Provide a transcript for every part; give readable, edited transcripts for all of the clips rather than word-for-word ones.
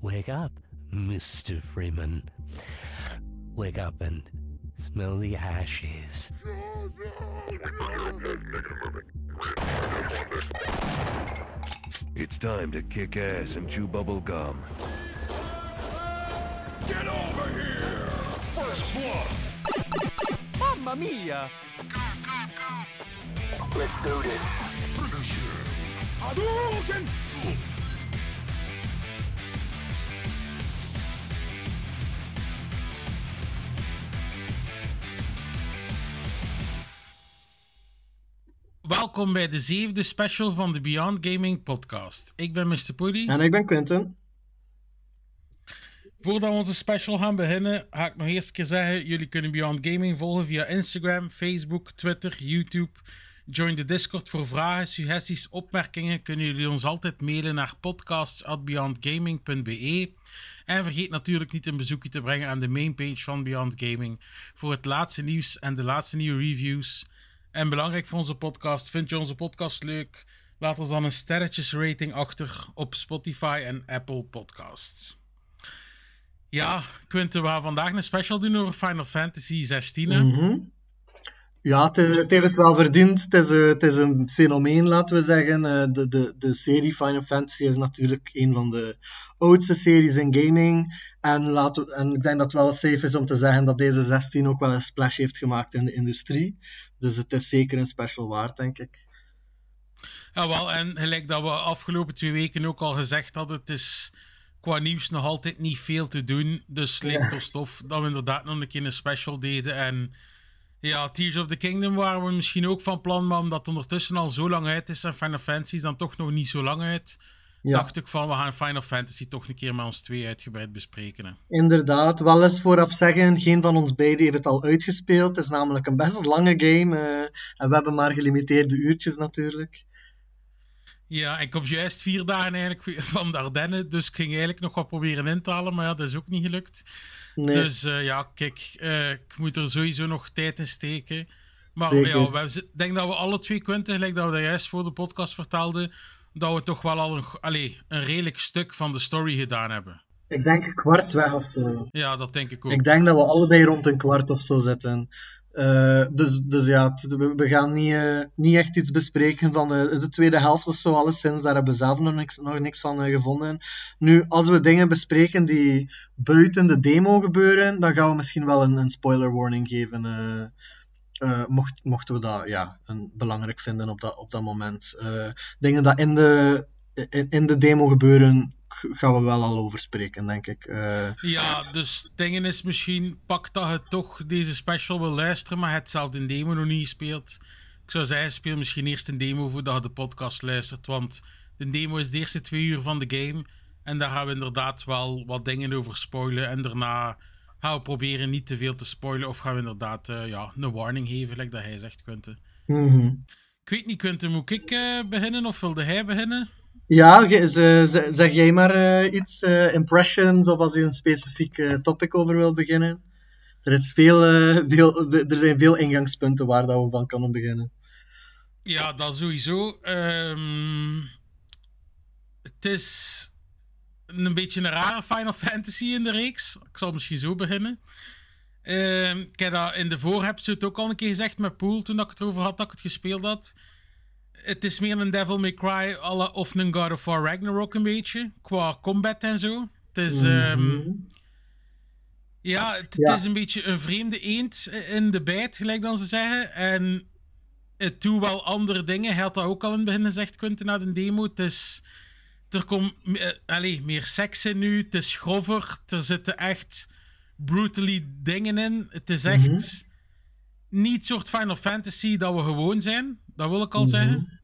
Wake up, Mr. Freeman. Wake up and smell the ashes. It's time to kick ass and chew bubble gum. Get over here! First blood! Mamma mia! Let's do this. Finish him. Hadouken! Welkom bij de 7e special van de Beyond Gaming podcast. Ik ben Mr. Poody. En ik ben Quentin. Voordat we onze special gaan beginnen, ga ik nog eerst een keer zeggen, jullie kunnen Beyond Gaming volgen via Instagram, Facebook, Twitter, YouTube. Join de Discord voor vragen, suggesties, opmerkingen. Kunnen jullie ons altijd mailen naar podcasts@beyondgaming.be. En vergeet natuurlijk niet een bezoekje te brengen aan de mainpage van Beyond Gaming voor het laatste nieuws en de laatste nieuwe reviews. En belangrijk voor onze podcast, vind je onze podcast leuk? Laat ons dan een sterretjesrating achter op Spotify en Apple Podcasts. Ja, Quinten, we gaan vandaag een special doen over Final Fantasy 16. Ja, het heeft het wel verdiend. Het is een fenomeen, laten we zeggen. De serie Final Fantasy is natuurlijk een van de oudste series in gaming. En ik denk dat het wel safe is om te zeggen dat deze 16 ook wel een splash heeft gemaakt in de industrie. Dus het is zeker een special waard, denk ik. Jawel, en gelijk dat we afgelopen 2 weken ook al gezegd hadden, het is qua nieuws nog altijd niet veel te doen. Dus lijkt ons tof dat we inderdaad nog een keer een special deden. En ja, Tears of the Kingdom waren we misschien ook van plan, maar omdat het ondertussen al zo lang uit is en Final Fantasy is dan toch nog niet zo lang uit, dacht ik van we gaan Final Fantasy toch een keer met ons 2 uitgebreid bespreken. Hè. Inderdaad, wel eens vooraf zeggen, geen van ons beiden heeft het al uitgespeeld. Het is namelijk een best lange game en we hebben maar gelimiteerde uurtjes natuurlijk. Ja, ik kom juist 4 dagen eigenlijk van de Ardennen, dus ik ging eigenlijk nog wat proberen in te halen, maar ja, dat is ook niet gelukt. Nee. Dus ja, kijk, ik moet er sowieso nog tijd in steken. Maar ja, ik denk dat we alle 2, Quinten, gelijk dat we dat juist voor de podcast vertelden, dat we toch wel al een redelijk stuk van de story gedaan hebben. Ik denk een kwart weg of zo. Ja, dat denk ik ook. Ik denk dat we allebei rond een kwart of zo zitten. Dus ja, we gaan niet echt iets bespreken van de tweede helft of zo, alleszins. Daar hebben we zelf nog niks van gevonden. Nu, als we dingen bespreken die buiten de demo gebeuren, dan gaan we misschien wel een spoiler warning geven. Mochten we dat belangrijk vinden op dat moment. Dingen dat in de demo gebeuren, gaan we wel al over spreken, denk ik. Ja, dus het ding is misschien, pak dat je toch deze special wil luisteren, maar je hebt zelf de demo nog niet gespeeld. Ik zou zeggen, speel misschien eerst een demo voordat je de podcast luistert, want de demo is de eerste 2 uur van de game en daar gaan we inderdaad wel wat dingen over spoilen en daarna gaan we proberen niet te veel te spoilen of gaan we inderdaad een warning geven, like dat hij zegt, Quinten. Ik weet niet, Quinten, moet ik beginnen of wilde hij beginnen? Ja, zeg jij maar iets, impressions, of als je een specifiek topic over wil beginnen. Er zijn veel ingangspunten waar dat we van kunnen beginnen. Ja, dat sowieso. Het is een beetje een rare Final Fantasy in de reeks. Ik zal misschien zo beginnen. Ik heb dat in de voorepisode ook al een keer gezegd met Poel, toen ik het over had dat ik het gespeeld had. Het is meer een Devil May Cry of een God of War Ragnarok een beetje, qua combat en zo. Het is, het is een beetje een vreemde eend in de bijt, gelijk dan ze zeggen. En het doet wel andere dingen. Hij had dat ook al in het begin gezegd, Quinten, na de demo. Er komt meer seks in nu, het is grover, er zitten echt brutally dingen in. Het is echt niet het soort Final Fantasy dat we gewoon zijn. Dat wil ik al zeggen.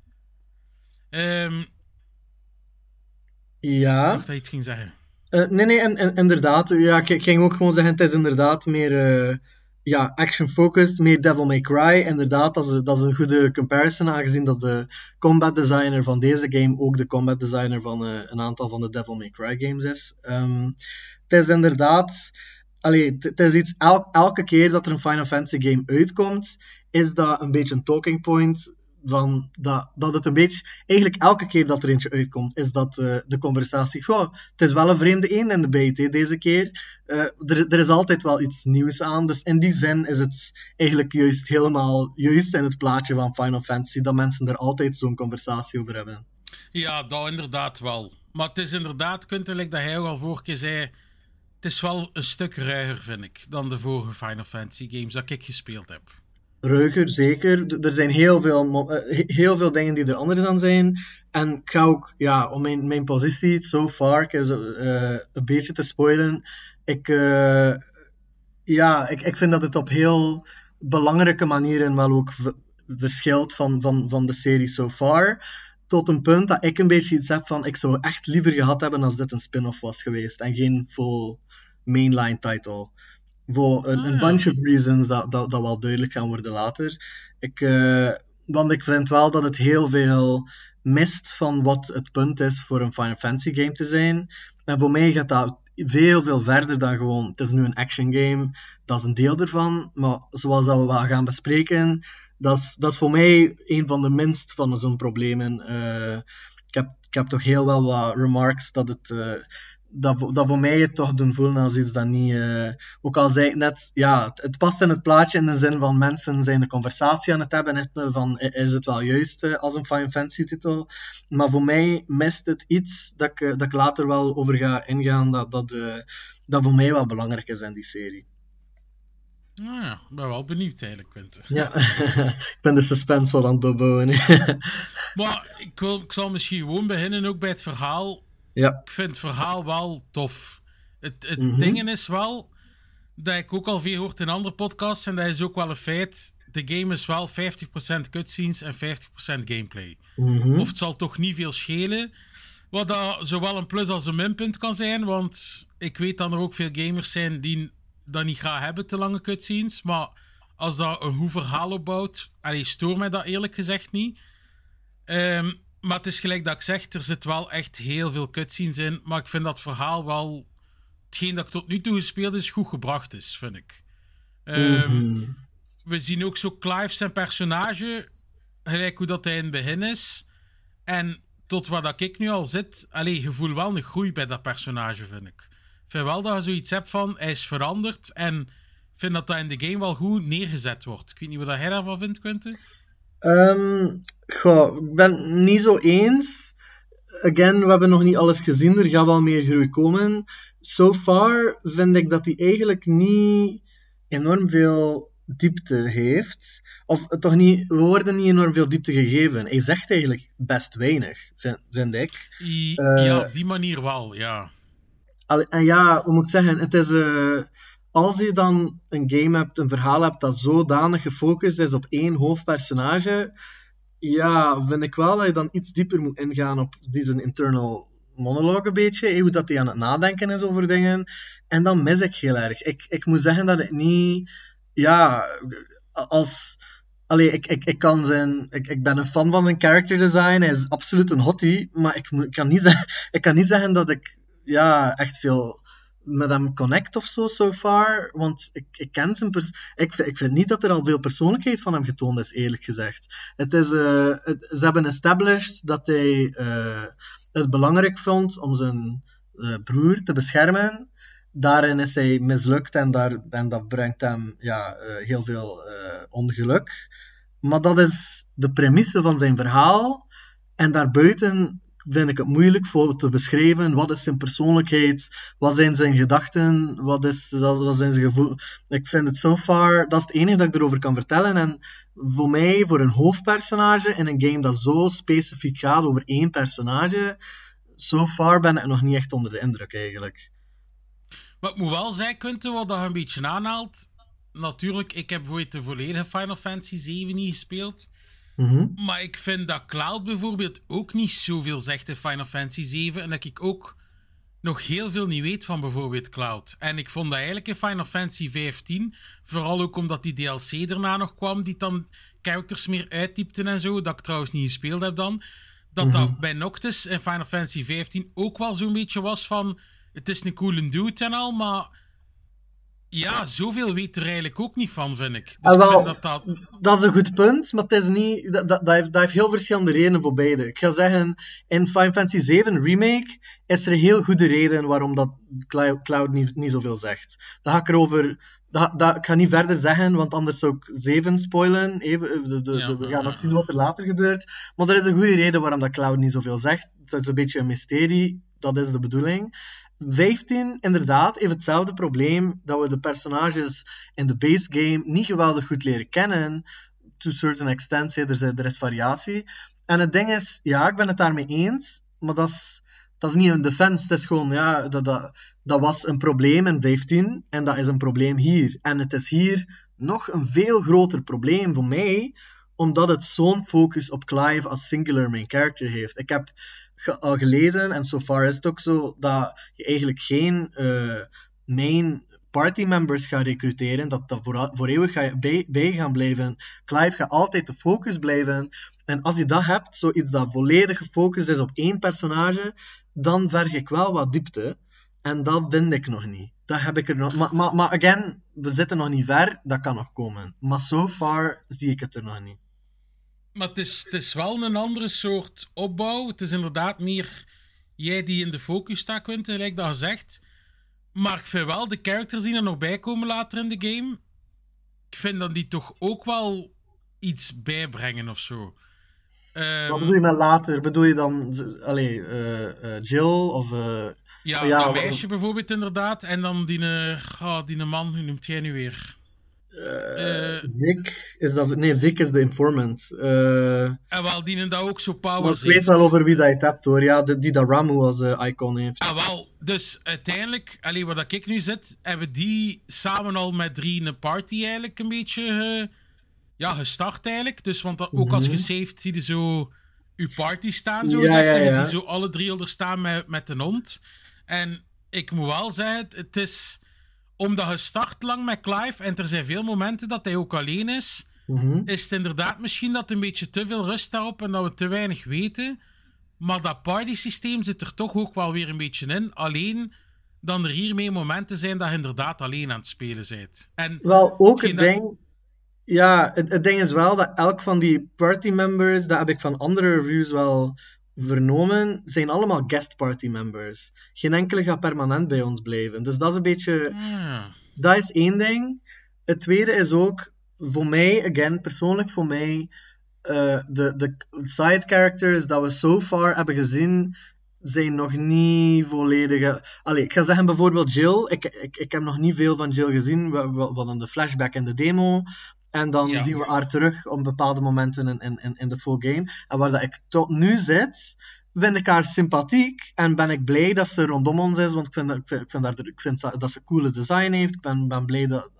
Ja. Ik dacht dat je iets ging zeggen. Nee, inderdaad. Ja, ik ging ook gewoon zeggen, het is inderdaad meer action-focused, meer Devil May Cry. Inderdaad, dat is een goede comparison, aangezien dat de combat designer van deze game ook de combat designer van een aantal van de Devil May Cry games is. Het is inderdaad... het is iets, elke keer dat er een Final Fantasy game uitkomt, is dat een beetje een talking point dat het een beetje... Eigenlijk elke keer dat er eentje uitkomt, is dat de conversatie... Goh, het is wel een vreemde eend in de bijt, hè, deze keer. Er is altijd wel iets nieuws aan. Dus in die zin is het eigenlijk helemaal juist in het plaatje van Final Fantasy dat mensen er altijd zo'n conversatie over hebben. Ja, dat inderdaad wel. Maar het is inderdaad, Quinten, like dat hij ook al vorige keer zei... Het is wel een stuk ruiger, vind ik, dan de vorige Final Fantasy games dat ik gespeeld heb. Ruiger, zeker. Er zijn heel veel dingen die er anders aan zijn. En ik ga ook, om mijn positie, so far, een beetje te spoilen. Ik vind dat het op heel belangrijke manieren wel ook verschilt van de serie so far. Tot een punt dat ik een beetje iets heb van, ik zou echt liever gehad hebben als dit een spin-off was geweest. En geen full mainline title. Voor een bunch of reasons dat wel duidelijk gaan worden later. Want ik vind wel dat het heel veel mist van wat het punt is voor een Final Fantasy game te zijn. En voor mij gaat dat veel verder dan gewoon... Het is nu een action game, dat is een deel ervan. Maar zoals dat we wel gaan bespreken, dat is voor mij een van de minst van zo'n problemen. Ik heb toch heel wel wat remarks dat het... Dat voor mij het toch doen voelen als iets dat niet... ook al zei ik net, het past in het plaatje in de zin van mensen zijn de conversatie aan het hebben van, is het wel juist als een Final Fantasy titel? Maar voor mij mist het iets dat ik later wel over ga ingaan, dat voor mij wel belangrijk is in die serie. Nou ja, ik ben wel benieuwd eigenlijk, Quinten. Ja, ik ben de suspense wel aan het opbouwen. Maar ik zal misschien gewoon beginnen ook bij het verhaal. Ja. Ik vind het verhaal wel tof. Het ding is wel, dat ik ook al veel hoort in andere podcasts, en dat is ook wel een feit, de game is wel 50% cutscenes en 50% gameplay. Of het zal toch niet veel schelen, wat dat zowel een plus als een minpunt kan zijn, want ik weet dat er ook veel gamers zijn die dat niet graag hebben, te lange cutscenes, maar als dat een goed verhaal opbouwt, stoort mij dat eerlijk gezegd niet. Maar het is gelijk dat ik zeg, er zit wel echt heel veel cutscenes in, maar ik vind dat verhaal wel, hetgeen dat ik tot nu toe gespeeld is, goed gebracht is, vind ik. We zien ook zo Clive zijn personage, gelijk hoe dat hij in het begin is, en tot waar dat ik nu al zit, je voelt wel een groei bij dat personage, vind ik. Ik vind wel dat je zoiets hebt van, hij is veranderd, en ik vind dat in de game wel goed neergezet wordt. Ik weet niet wat jij daarvan vindt, Quinten. Ik ben het niet zo eens. Again, we hebben nog niet alles gezien, er gaat wel meer groei komen. So far vind ik dat hij eigenlijk niet enorm veel diepte heeft. Of toch niet, we worden niet enorm veel diepte gegeven. Hij zegt eigenlijk best weinig, vind ik. Ja, op die manier wel, ja. En ja, hoe moet ik zeggen, het is... als je dan een game hebt, een verhaal hebt dat zodanig gefocust is op één hoofdpersonage, vind ik wel dat je dan iets dieper moet ingaan op die internal monologue een beetje, hoe dat hij aan het nadenken is over dingen. En dat mis ik heel erg. Ik moet zeggen dat ik niet... Ik ben een fan van zijn character design, hij is absoluut een hottie, maar ik kan niet zeggen dat ik echt veel met hem connect of zo, so far, want ik ken zijn ik vind niet dat er al veel persoonlijkheid van hem getoond is, eerlijk gezegd. Ze hebben established dat hij het belangrijk vond om zijn broer te beschermen. Daarin is hij mislukt en dat brengt hem heel veel ongeluk. Maar dat is de premisse van zijn verhaal, en daarbuiten vind ik het moeilijk voor te beschrijven. Wat is zijn persoonlijkheid? Wat zijn zijn gedachten? Wat zijn zijn gevoel? Ik vind het so far... Dat is het enige dat ik erover kan vertellen. En voor mij, voor een hoofdpersonage in een game dat zo specifiek gaat over één personage, so far ben ik nog niet echt onder de indruk, eigenlijk. Maar ik moet wel zeggen, Quinten, wat dat je een beetje aanhaalt. Natuurlijk, ik heb bijvoorbeeld de volledige Final Fantasy 7 niet gespeeld. Maar ik vind dat Cloud bijvoorbeeld ook niet zoveel zegt in Final Fantasy 7. En dat ik ook nog heel veel niet weet van bijvoorbeeld Cloud. En ik vond dat eigenlijk in Final Fantasy 15, vooral ook omdat die DLC daarna nog kwam, die dan characters meer uittypten en zo, dat ik trouwens niet gespeeld heb dan, dat bij Noctis in Final Fantasy 15 ook wel zo'n beetje was van, het is een coole dude en al, maar Ja, zoveel weet er eigenlijk ook niet van, vind ik. Dus ik Wel, vind dat is een goed punt, maar het is niet, dat heeft heel verschillende redenen voor beide. Ik ga zeggen, in Final Fantasy 7 Remake is er een heel goede reden waarom dat Cloud niet zoveel zegt. Dat ga ik erover... Ik ga niet verder zeggen, want anders zou ik 7 spoilen. We gaan nog zien wat er later gebeurt. Maar er is een goede reden waarom dat Cloud niet zoveel zegt. Het is een beetje een mysterie, dat is de bedoeling. 15, inderdaad, heeft hetzelfde probleem dat we de personages in de base game niet geweldig goed leren kennen. To a certain extent, er is variatie. En het ding is, ja, ik ben het daarmee eens, maar dat is niet een defense. Het is gewoon, ja, dat was een probleem in 15 en dat is een probleem hier. En het is hier nog een veel groter probleem voor mij, omdat het zo'n focus op Clive als singular main character heeft. Ik heb al gelezen, en so far is het ook zo, dat je eigenlijk geen main party members gaat recruteren, dat voor eeuwig bij gaan blijven. Clive gaat altijd de focus blijven. En als je dat hebt, zoiets dat volledig gefocust is op één personage, dan verg ik wel wat diepte. En dat vind ik nog niet. Dat heb ik er nog... Maar again, we zitten nog niet ver, dat kan nog komen. Maar so far zie ik het er nog niet. Maar het is wel een andere soort opbouw. Het is inderdaad meer jij die in de focus staat, Quinten, gelijk dat gezegd. Maar ik vind wel de characters die er nog bij komen later in de game, ik vind dat die toch ook wel iets bijbrengen of zo. Wat bedoel je met later? Bedoel je dan Jill of... Ja, dat meisje bijvoorbeeld inderdaad. En dan die man, hoe noemt jij nu weer? Vic is dat... Nee, Vic is de informant. En wel, die dat ook zo powers heeft. Ik weet wel over wie dat je het hebt, hoor. Ja, die dat Ramu als icon heeft. Ah, wel. Dus uiteindelijk, waar dat ik nu zit, hebben die samen al met 3 een party eigenlijk een beetje gestart eigenlijk. Dus, want ook als je saved, zie je zo je party staan, zo gezegd. En je ziet zo alle 3 er staan met een hond. En ik moet wel zeggen, het is... Omdat je start lang met Clive en er zijn veel momenten dat hij ook alleen is, is het inderdaad misschien dat een beetje te veel rust daarop en dat we te weinig weten. Maar dat party-systeem zit er toch ook wel weer een beetje in. Alleen dan er hiermee momenten zijn dat je inderdaad alleen aan het spelen bent. En wel, ook het ding... Ja, het ding is wel dat elk van die party members, dat heb ik van andere reviews wel vernomen, zijn allemaal guest party members. Geen enkele gaat permanent bij ons blijven. Dus dat is een beetje... Dat is één ding. Het tweede is ook, voor mij, again, persoonlijk voor mij, de side characters dat we so far hebben gezien, zijn nog niet volledig... ik ga zeggen bijvoorbeeld Jill. Ik heb nog niet veel van Jill gezien. We hadden de flashback in de demo. En dan zien we haar terug op bepaalde momenten in de full game. En waar dat ik tot nu zit, vind ik haar sympathiek. En ben ik blij dat ze rondom ons is. Want ik vind dat ze coole design heeft. Ik ben blij dat...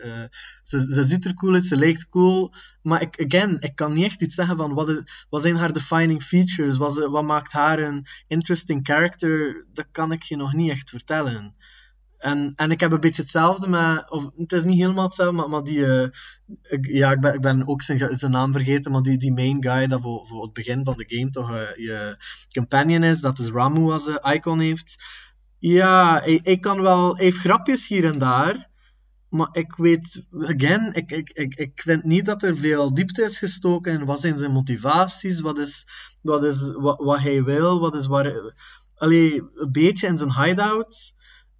ze ziet er cool uit, ze lijkt cool. Maar ik kan niet echt iets zeggen van wat zijn haar defining features. Wat maakt haar een interesting character. Dat kan ik je nog niet echt vertellen. En ik heb een beetje hetzelfde met... Of, het is niet helemaal hetzelfde, maar die... ik ben ook zijn naam vergeten, maar die main guy dat voor het begin van de game toch je companion is, dat is Ramu als icon heeft. Ja, hij kan wel... Hij heeft grapjes hier en daar, maar ik weet... Again, ik vind niet dat er veel diepte is gestoken in wat zijn zijn motivaties, wat hij wil, wat is waar... een beetje in zijn hideouts...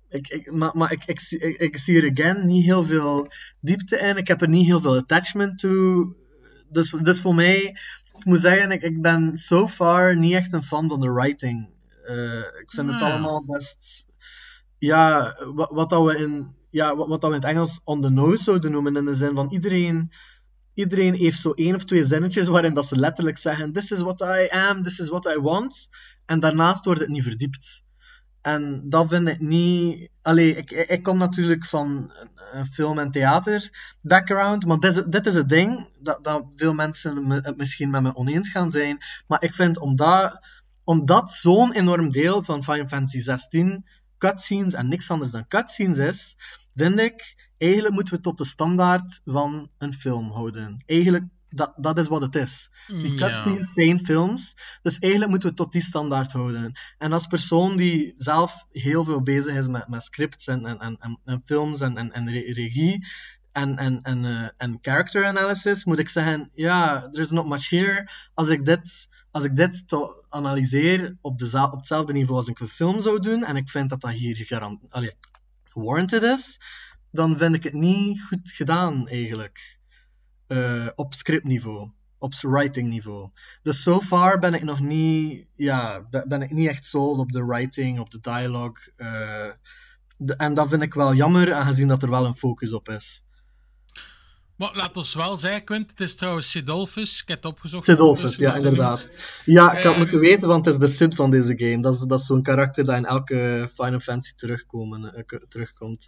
Ik zie er again niet heel veel diepte in. Ik heb er niet heel veel attachment toe. Dus voor mij, ik moet zeggen, ik ben so far niet echt een fan van de writing. Ik vind het allemaal best... Ja, wat dat we in het Engels on the nose zouden noemen, in de zin van iedereen heeft zo 1 of 2 zinnetjes waarin dat ze letterlijk zeggen: this is what I am, this is what I want. En daarnaast wordt het niet verdiept. En dat vind ik niet... Ik kom natuurlijk van film- en theater-background, maar dit is het ding, dat veel mensen het misschien met me oneens gaan zijn. Maar ik vind, omdat zo'n enorm deel van Final Fantasy 16 cutscenes en niks anders dan cutscenes is, vind ik, eigenlijk moeten we tot de standaard van een film houden. Eigenlijk dat is wat het is. Die cutscenes zijn films, dus eigenlijk moeten we tot die standaard houden. En als persoon die zelf heel veel bezig is met scripts en films en regie en character analysis, moet ik zeggen, ja, there's not much here. Als ik dit analyseer op hetzelfde niveau als ik een film zou doen, en ik vind dat hier gewarranted is, dan vind ik het niet goed gedaan, eigenlijk. Op scriptniveau, op writingniveau. Dus so far ben ik nog niet, ben ik niet echt sold op de writing, op de dialogue. En dat vind ik wel jammer, aangezien dat er wel een focus op is. Maar laat ons wel zeggen, Quint, het is trouwens Sidolphus. Ik heb het opgezocht. Sidolphus, ja, inderdaad. Ja, ik had moeten weten, want het is de Sid van deze game. Dat is zo'n karakter dat in elke Final Fantasy terugkomt.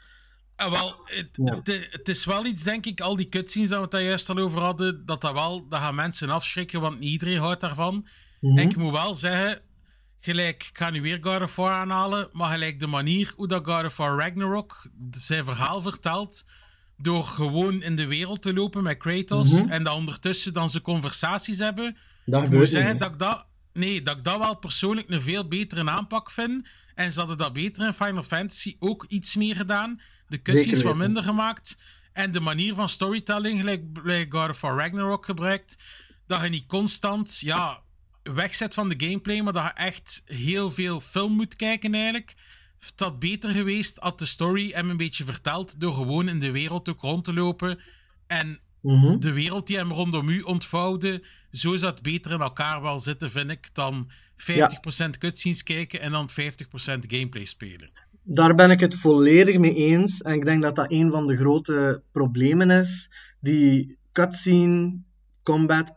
Het is wel iets, denk ik, al die cutscenes dat we het daar juist al over hadden, dat gaan mensen afschrikken, want niet iedereen houdt daarvan. En ik moet wel zeggen, gelijk, ik ga nu weer God of War aanhalen, maar gelijk de manier hoe dat God of War Ragnarok zijn verhaal vertelt, door gewoon in de wereld te lopen met Kratos en dat ondertussen dan ze conversaties hebben. Ik moet zeggen dat ik dat wel persoonlijk een veel betere aanpak vind. En ze hadden dat beter in Final Fantasy ook iets meer gedaan. De cutscenes wat minder gemaakt. En de manier van storytelling, gelijk God of War Ragnarok gebruikt, dat je niet constant wegzet van de gameplay, maar dat je echt heel veel film moet kijken eigenlijk. Het had beter geweest had de story hem een beetje verteld door gewoon in de wereld ook rond te lopen en de wereld die hem rondom u ontvouwde, zo zou het beter in elkaar wel zitten, vind ik, dan 50% cutscenes kijken en dan 50% gameplay spelen. Daar ben ik het volledig mee eens. En ik denk dat dat een van de grote problemen is. Die cutscene, combat,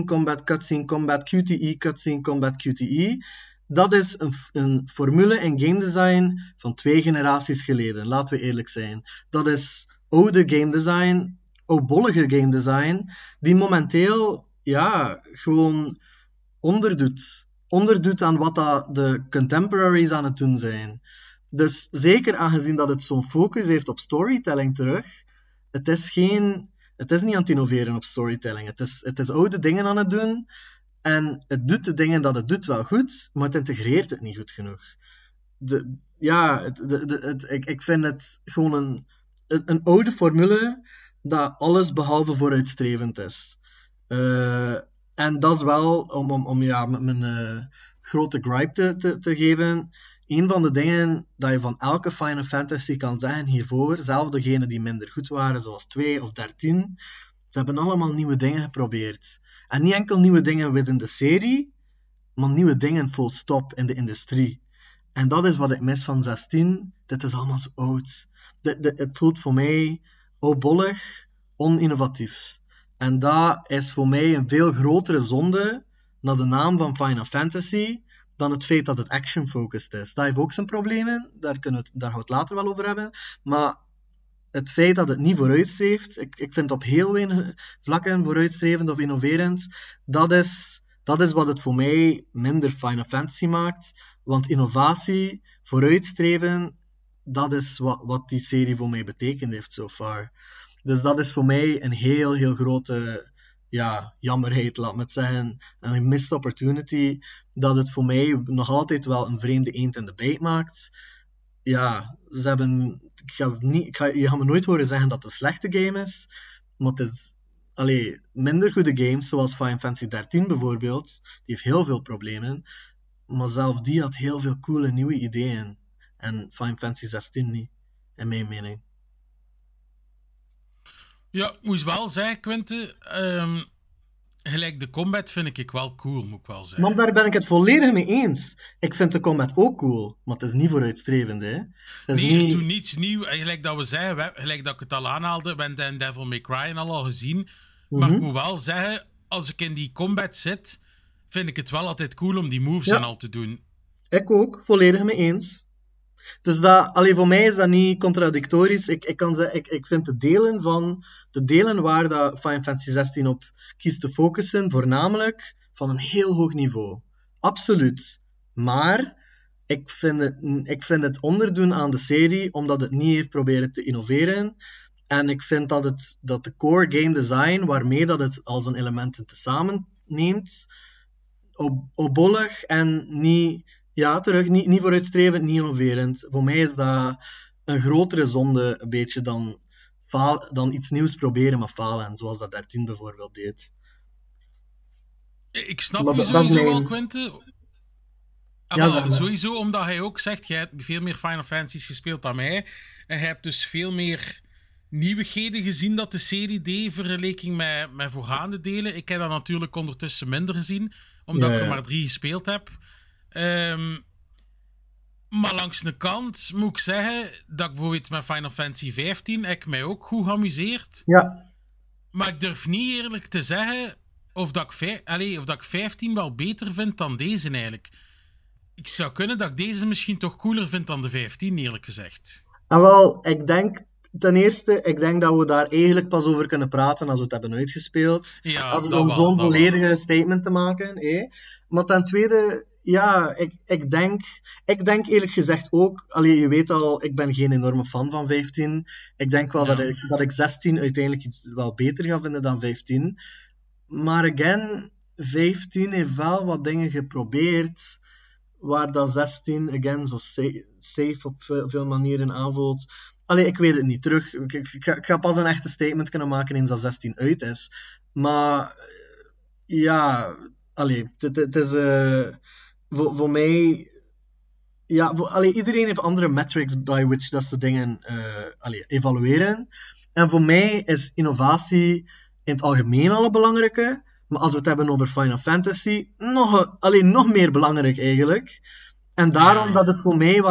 QTE, cutscene, combat, QTE. Dat is een formule in game design van 2 generaties geleden. Laten we eerlijk zijn. Dat is oude game design, oudbollige game design, die momenteel gewoon onderdoet aan wat de contemporaries aan het doen zijn. Dus zeker aangezien dat het zo'n focus heeft op storytelling terug, het is niet aan het innoveren op storytelling. Het is oude dingen aan het doen en het doet de dingen dat het doet wel goed, maar het integreert het niet goed genoeg. Ik vind het gewoon een oude formule dat alles behalve vooruitstrevend is. En dat is wel, om mijn grote gripe te geven, een van de dingen dat je van elke Final Fantasy kan zeggen hiervoor, zelfs degenen die minder goed waren, zoals 2 of 13, ze hebben allemaal nieuwe dingen geprobeerd. En niet enkel nieuwe dingen binnen de serie, maar nieuwe dingen full stop in de industrie. En dat is wat ik mis van 16. Dit is allemaal zo oud. Het voelt voor mij oudbollig, oninnovatief. En dat is voor mij een veel grotere zonde naar de naam van Final Fantasy dan het feit dat het action-focused is. Dat heeft ook zijn problemen, daar gaan we het later wel over hebben. Maar het feit dat het niet vooruitstreeft, ik vind het op heel weinig vlakken vooruitstrevend of innoverend, dat is wat het voor mij minder Final Fantasy maakt. Want innovatie, vooruitstreven, dat is wat die serie voor mij betekend heeft so far. Dus dat is voor mij een heel, heel grote jammerheid, laat me het zeggen. Een missed opportunity, dat het voor mij nog altijd wel een vreemde eend in de bijt maakt. Ja, je gaat me nooit horen zeggen dat het een slechte game is, maar het is minder goede games, zoals Final Fantasy 13 bijvoorbeeld, die heeft heel veel problemen, maar zelfs die had heel veel coole nieuwe ideeën. En Final Fantasy 16 niet, in mijn mening. Ja, ik moest wel zeggen, Quinte, gelijk de combat vind ik wel cool, moet ik wel zeggen. Maar daar ben ik het volledig mee eens. Ik vind de combat ook cool, maar het is niet vooruitstrevend, hè. Nee, doe niets nieuw. Gelijk dat we zeggen, gelijk dat ik het al aanhaalde, we hebben Devil May Cry al gezien. Maar ik moet wel zeggen, als ik in die combat zit, vind ik het wel altijd cool om die moves en al te doen. Ik ook, volledig mee eens. Dus voor mij is dat niet contradictorisch. Ik vind de delen waar dat Final Fantasy 16 op kiest te focussen, voornamelijk van een heel hoog niveau. Absoluut. Maar ik vind het onderdoen aan de serie, omdat het niet heeft proberen te innoveren. En ik vind dat de core game design, waarmee dat het al zijn elementen tezamen neemt, opbollig en niet vooruitstrevend, niet innoverend. Voor mij is dat een grotere zonde, een beetje, dan iets nieuws proberen maar falen, zoals dat 13 bijvoorbeeld deed. Ik snap Maar je dat is sowieso mijn- wel, Quinte. Ja, zeg maar. Sowieso omdat hij ook zegt, jij hebt veel meer Final Fantasy's gespeeld dan mij. En hij hebt dus veel meer nieuwigheden gezien dat de serie deed, vergelijking met voorgaande delen. Ik heb dat natuurlijk ondertussen minder gezien, omdat ik er maar 3 gespeeld heb. Maar langs de kant moet ik zeggen dat ik bijvoorbeeld met Final Fantasy 15 heb ik mij ook goed geamuseerd. Ja, Maar ik durf niet eerlijk te zeggen of dat ik 15 wel beter vind dan deze eigenlijk. Ik zou kunnen dat ik deze misschien toch cooler vind dan de 15, eerlijk gezegd. en wel, ten eerste, ik denk dat we daar eigenlijk pas over kunnen praten als we het hebben uitgespeeld. Ja, Als het dat om wel, zo'n dat volledige statement te maken. Maar ten tweede, ja, ik denk eerlijk gezegd ook, je weet al, ik ben geen enorme fan van 15. Ik denk wel Ja. dat ik 16 uiteindelijk iets wel beter ga vinden dan 15. Maar again, 15 heeft wel wat dingen geprobeerd, waar dat 16, again, zo safe op veel manieren aanvoelt. Ik weet het niet. Ik ga pas een echte statement kunnen maken eens dat 16 uit is. Maar ja, het is voor mij. Ja, iedereen heeft andere metrics by which dat ze dingen evalueren. En voor mij is innovatie in het algemeen al een belangrijke. Maar als we het hebben over Final Fantasy, nog meer belangrijk eigenlijk. En daarom dat het voor mij wel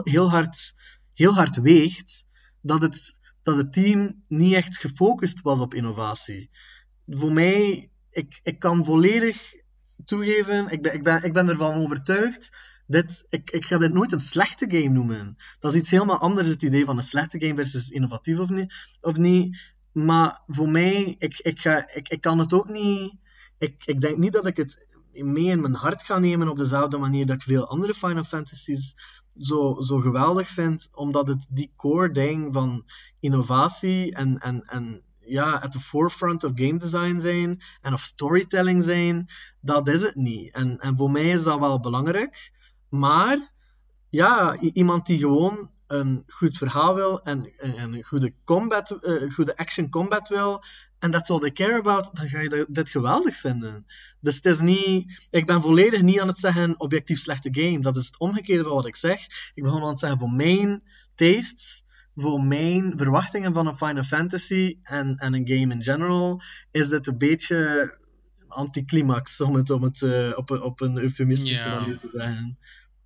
heel hard weegt dat het team niet echt gefocust was op innovatie. Voor mij, ik kan volledig toegeven, ik ben ervan overtuigd, ik ga dit nooit een slechte game noemen. Dat is iets helemaal anders, het idee van een slechte game versus innovatief of niet. Maar voor mij, ik kan het ook niet. Ik denk niet dat ik het mee in mijn hart ga nemen op dezelfde manier dat ik veel andere Final Fantasies zo geweldig vind, omdat het die core ding van innovatie en at the forefront of game design zijn en of storytelling zijn, dat is het niet. En voor mij is dat wel belangrijk, maar ja, iemand die gewoon een goed verhaal wil en een goede action combat wil, en that's all they care about, dan ga je dit geweldig vinden. Dus het is niet. Ik ben volledig niet aan het zeggen objectief slechte game. Dat is het omgekeerde van wat ik zeg. Ik ben gewoon aan het zeggen voor mijn tastes, voor mijn verwachtingen van een Final Fantasy en een game in general, is dit een beetje anticlimax, om het op een eufemistische manier te zeggen.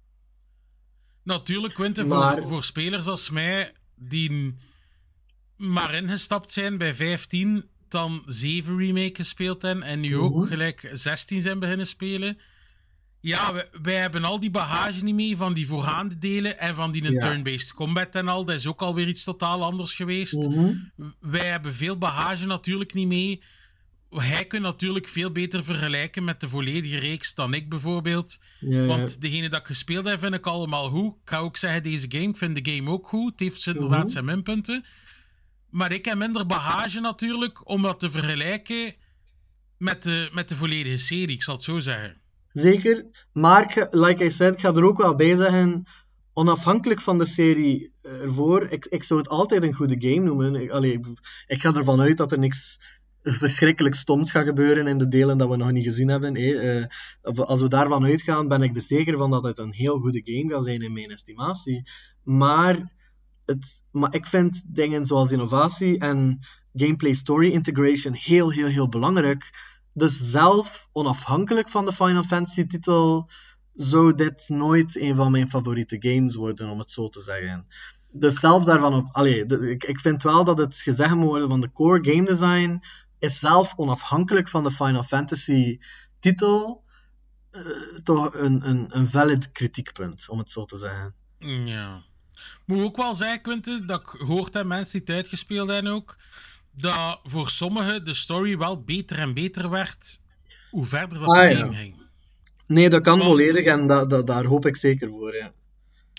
Natuurlijk, Quinte, voor spelers als mij die maar ingestapt zijn bij 15, dan 7 remake gespeeld hebben en nu ook gelijk 16 zijn beginnen spelen. Ja, wij hebben al die bagage niet mee van die voorgaande delen en van die turn-based combat en al. Dat is ook alweer iets totaal anders geweest. Wij hebben veel bagage natuurlijk niet mee. Hij kan natuurlijk veel beter vergelijken met de volledige reeks dan ik bijvoorbeeld. Want degene dat ik gespeeld heb, vind ik allemaal goed. Ik ga ook zeggen, deze game, ik vind de game ook goed. Het heeft inderdaad zijn minpunten. Maar ik heb minder bagage natuurlijk, om dat te vergelijken met de volledige serie, ik zal het zo zeggen. Zeker, maar like I said, ik ga er ook wel bij zeggen, onafhankelijk van de serie ervoor, ik zou het altijd een goede game noemen. Ik ga ervan uit dat er niks verschrikkelijk stoms gaat gebeuren in de delen dat we nog niet gezien hebben. Als we daarvan uitgaan, ben ik er zeker van dat het een heel goede game gaat zijn in mijn estimatie. Maar ik vind dingen zoals innovatie en gameplay story integration heel, heel, heel belangrijk. Dus zelf, onafhankelijk van de Final Fantasy titel, zou dit nooit een van mijn favoriete games worden, om het zo te zeggen. Dus zelf daarvan, ik vind wel dat het gezegd moet worden van de core game design is zelf onafhankelijk van de Final Fantasy titel toch een valid kritiekpunt, om het zo te zeggen. Ja. Moet ook wel zeggen, Quinte, dat ik gehoord heb, mensen die het uitgespeeld hebben ook, dat voor sommigen de story wel beter en beter werd, hoe verder dat de game ging. Nee, dat kan volledig en daar hoop ik zeker voor, ja.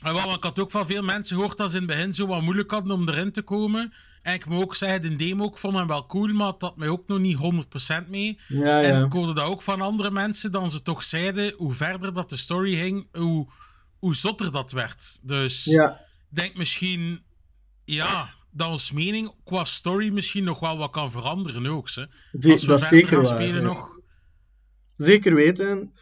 Want ik had ook van veel mensen gehoord dat ze in het begin zo wat moeilijk hadden om erin te komen. En ik moet ook zeggen, de demo, ik vond hem wel cool, maar het had mij ook nog niet 100% mee. Ja. En ik hoorde dat ook van andere mensen, dan ze toch zeiden, hoe verder dat de story ging, hoe zotter dat werd. Dus Ja. ik denk misschien, dat ons mening qua story misschien nog wel wat kan veranderen ook. Als we Dat is verder zeker gaan waar, spelen ja. nog. Zeker weten.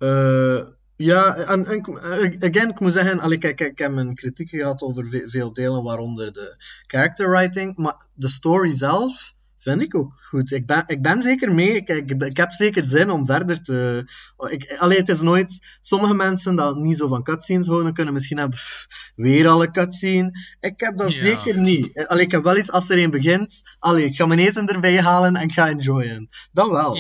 En ik moet zeggen, ik heb mijn kritiek gehad over veel delen, waaronder de character writing, maar de story zelf vind ik ook goed. Ik ben zeker mee, ik heb zeker zin om verder te... Het is nooit... Sommige mensen dat niet zo van cutscenes houden, kunnen misschien hebben weer alle cutscene. Ik heb dat zeker niet. Ik heb wel iets, als er een begint, ik ga mijn eten erbij halen en ik ga enjoyen. Dat wel.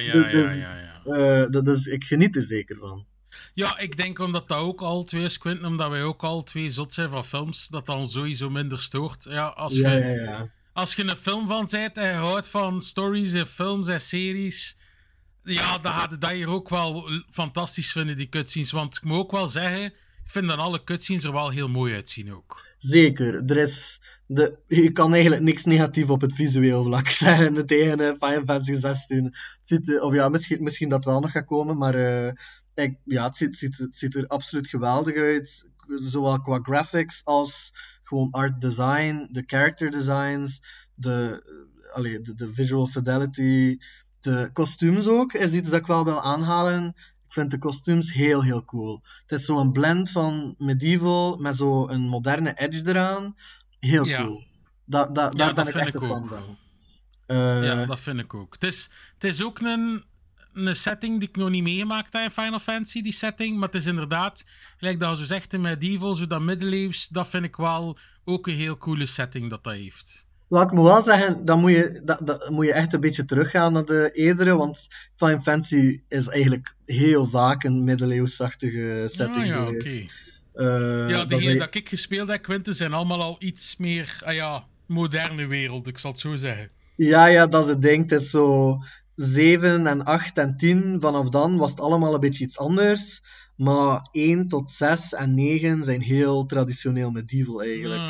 Dus ik geniet er zeker van. Ja, ik denk omdat dat ook al twee is, Quinten, omdat wij ook al twee zot zijn van films, dat dan sowieso minder stoort. Ja, als je een film van bent en je houdt van stories en films en series, ja, dan gaat het dat hier ook wel fantastisch vinden, die cutscenes. Want ik moet ook wel zeggen, ik vind dat alle cutscenes er wel heel mooi uitzien ook. Zeker. Je kan eigenlijk niks negatief op het visueel vlak zeggen tegen Final Fantasy 16. Misschien dat wel nog gaat komen, maar het ziet er absoluut geweldig uit. Zowel qua graphics als gewoon art design, de character designs, de visual fidelity, de kostuums ook. Is iets dat ik wel wil aanhalen. Ik vind de kostuums heel, heel cool. Het is zo'n blend van medieval met zo'n moderne edge eraan. Heel cool. Daar ben ik echt een fan van. Ja, dat vind ik ook. Het is ook een setting die ik nog niet meegemaakt heb in Final Fantasy, die setting. Maar het is inderdaad, gelijk dat je zo zegt, in medieval, zo dat middeleeuws, dat vind ik wel ook een heel coole setting dat heeft. Wel, ik moet wel zeggen, dan moet je echt een beetje teruggaan naar de eerdere, want Final Fantasy is eigenlijk heel vaak een middeleeuwsachtige setting geweest. Degenen dat ik gespeeld heb, Quinten, zijn allemaal al iets meer, moderne wereld, ik zal het zo zeggen. Ja, dat is het ding. Het is zo 7 en 8 en 10, vanaf dan was het allemaal een beetje iets anders. Maar 1 tot 6 en 9 zijn heel traditioneel medieval eigenlijk.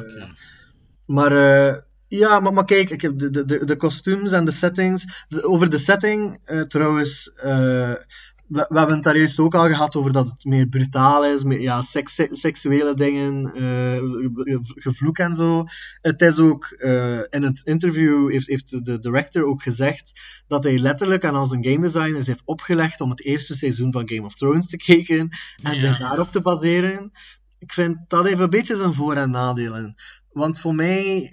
Maar kijk, ik heb de kostuums en de settings. Over de setting, trouwens, we hebben het daar juist ook al gehad over dat het meer brutaal is, meer, seksuele dingen, gevloek en zo. Het is ook, in het interview heeft de director ook gezegd dat hij letterlijk aan als een game designer heeft opgelegd om het eerste seizoen van Game of Thrones te kijken en zich daarop te baseren. Ik vind dat even een beetje zijn voor- en nadelen. Want voor mij,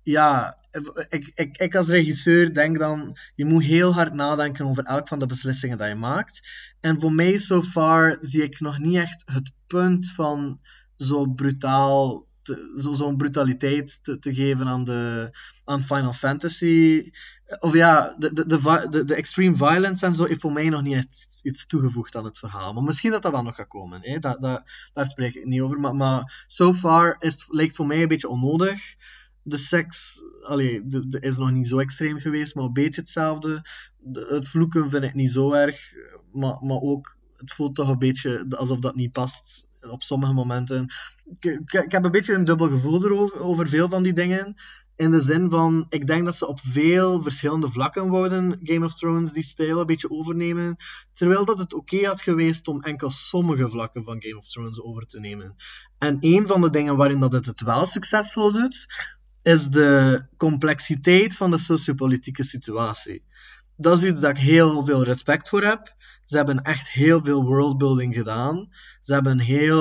ik als regisseur denk dan, je moet heel hard nadenken over elk van de beslissingen dat je maakt. En voor mij, so far, zie ik nog niet echt het punt van zo'n brutaliteit te geven aan Final Fantasy. Of de extreme violence en zo heeft voor mij nog niet echt iets toegevoegd aan het verhaal. Maar misschien dat wel nog gaat komen. Hè? Daar spreek ik niet over. Maar so far lijkt voor mij een beetje onnodig. De seks is nog niet zo extreem geweest, maar een beetje hetzelfde. Het vloeken vind ik niet zo erg, maar ook, het voelt toch een beetje alsof dat niet past op sommige momenten. Ik heb een beetje een dubbel gevoel erover, over veel van die dingen. In de zin van, ik denk dat ze op veel verschillende vlakken wouden Game of Thrones die stijl een beetje overnemen. Terwijl dat het oké had geweest om enkel sommige vlakken van Game of Thrones over te nemen. En een van de dingen waarin dat het wel succesvol doet, is de complexiteit van de sociopolitieke situatie. Dat is iets dat ik heel veel respect voor heb. Ze hebben echt heel veel worldbuilding gedaan. Ze hebben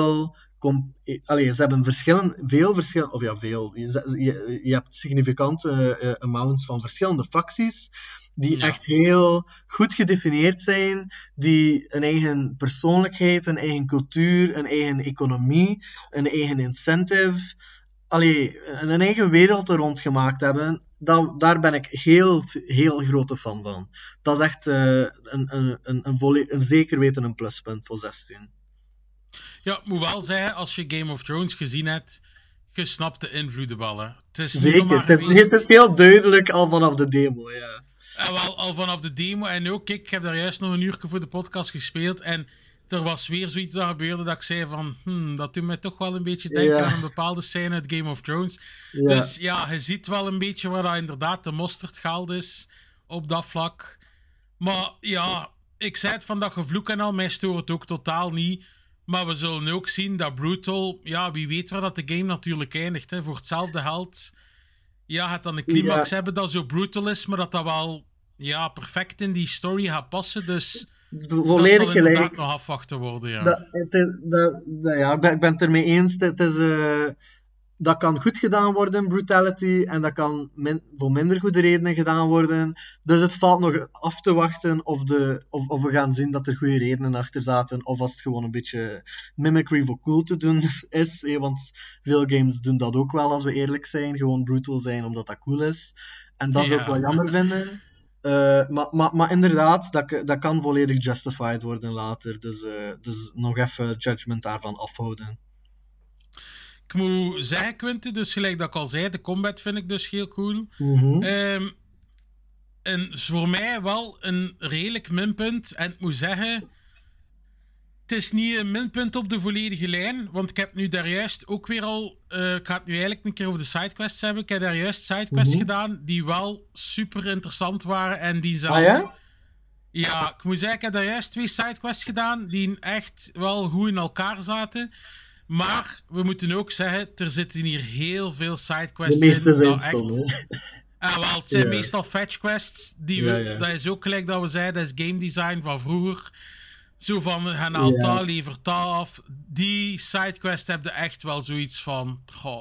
veel verschillende... Je hebt significante amounts van verschillende facties die echt heel goed gedefinieerd zijn, die een eigen persoonlijkheid, een eigen cultuur, een eigen economie, een eigen incentive, een eigen wereld er rond gemaakt hebben. Daar ben ik heel, heel grote fan van. Dat is echt een zeker weten een pluspunt voor 16. Ja, ik moet wel zeggen, als je Game of Thrones gezien hebt, je snapt de invloeden wel, hè. Zeker, het is heel duidelijk al vanaf de demo, ja. Wel, al vanaf de demo. En ook, ik heb daar juist nog een uurtje voor de podcast gespeeld. En er was weer zoiets dat gebeurde dat ik zei van... dat doet mij toch wel een beetje denken aan een bepaalde scène uit Game of Thrones. Ja. Dus ja, je ziet wel een beetje waar dat inderdaad de mosterd gehaald is op dat vlak. Maar ja, ik zei het van dat gevloek en al, mij stoort het ook totaal niet. Maar we zullen ook zien dat Brutal... Ja, wie weet waar dat de game natuurlijk eindigt. Hè. Voor hetzelfde geld... Ja, het dan een climax hebben dat zo brutal is, maar dat wel perfect in die story gaat passen. Dus volledig dat zal inderdaad nog afwachten worden. Ja. Ik ben het ermee eens. Dat kan goed gedaan worden, brutality, en dat kan voor minder goede redenen gedaan worden. Dus het valt nog af te wachten of we gaan zien dat er goede redenen achter zaten, of als het gewoon een beetje mimicry voor cool te doen is. Want veel games doen dat ook wel, als we eerlijk zijn. Gewoon brutal zijn, omdat dat cool is. En dat is ook wel jammer vinden. Maar inderdaad, dat kan volledig justified worden later. Dus nog even judgment daarvan afhouden. Ik moet zeggen, Quinte, dus gelijk dat ik al zei, de combat vind ik dus heel cool. Mm-hmm. En voor mij wel een redelijk minpunt. En ik moet zeggen, het is niet een minpunt op de volledige lijn, want ik heb nu daar juist ook weer al... ik ga het nu eigenlijk een keer over de sidequests hebben. Ik heb daar juist sidequests gedaan die wel super interessant waren en die zelf... Ah ja? Ja, ik moet zeggen, ik heb daar juist 2 sidequests gedaan die echt wel goed in elkaar zaten. Maar we moeten ook zeggen, er zitten hier heel veel sidequests in. De meeste zijn stom, hè? Wel, het zijn meestal fetch quests. Dat is ook gelijk dat we zeiden, dat is game design van vroeger. Zo van, gaan haal taal, lever taal af. Die sidequests hebben echt wel zoiets van...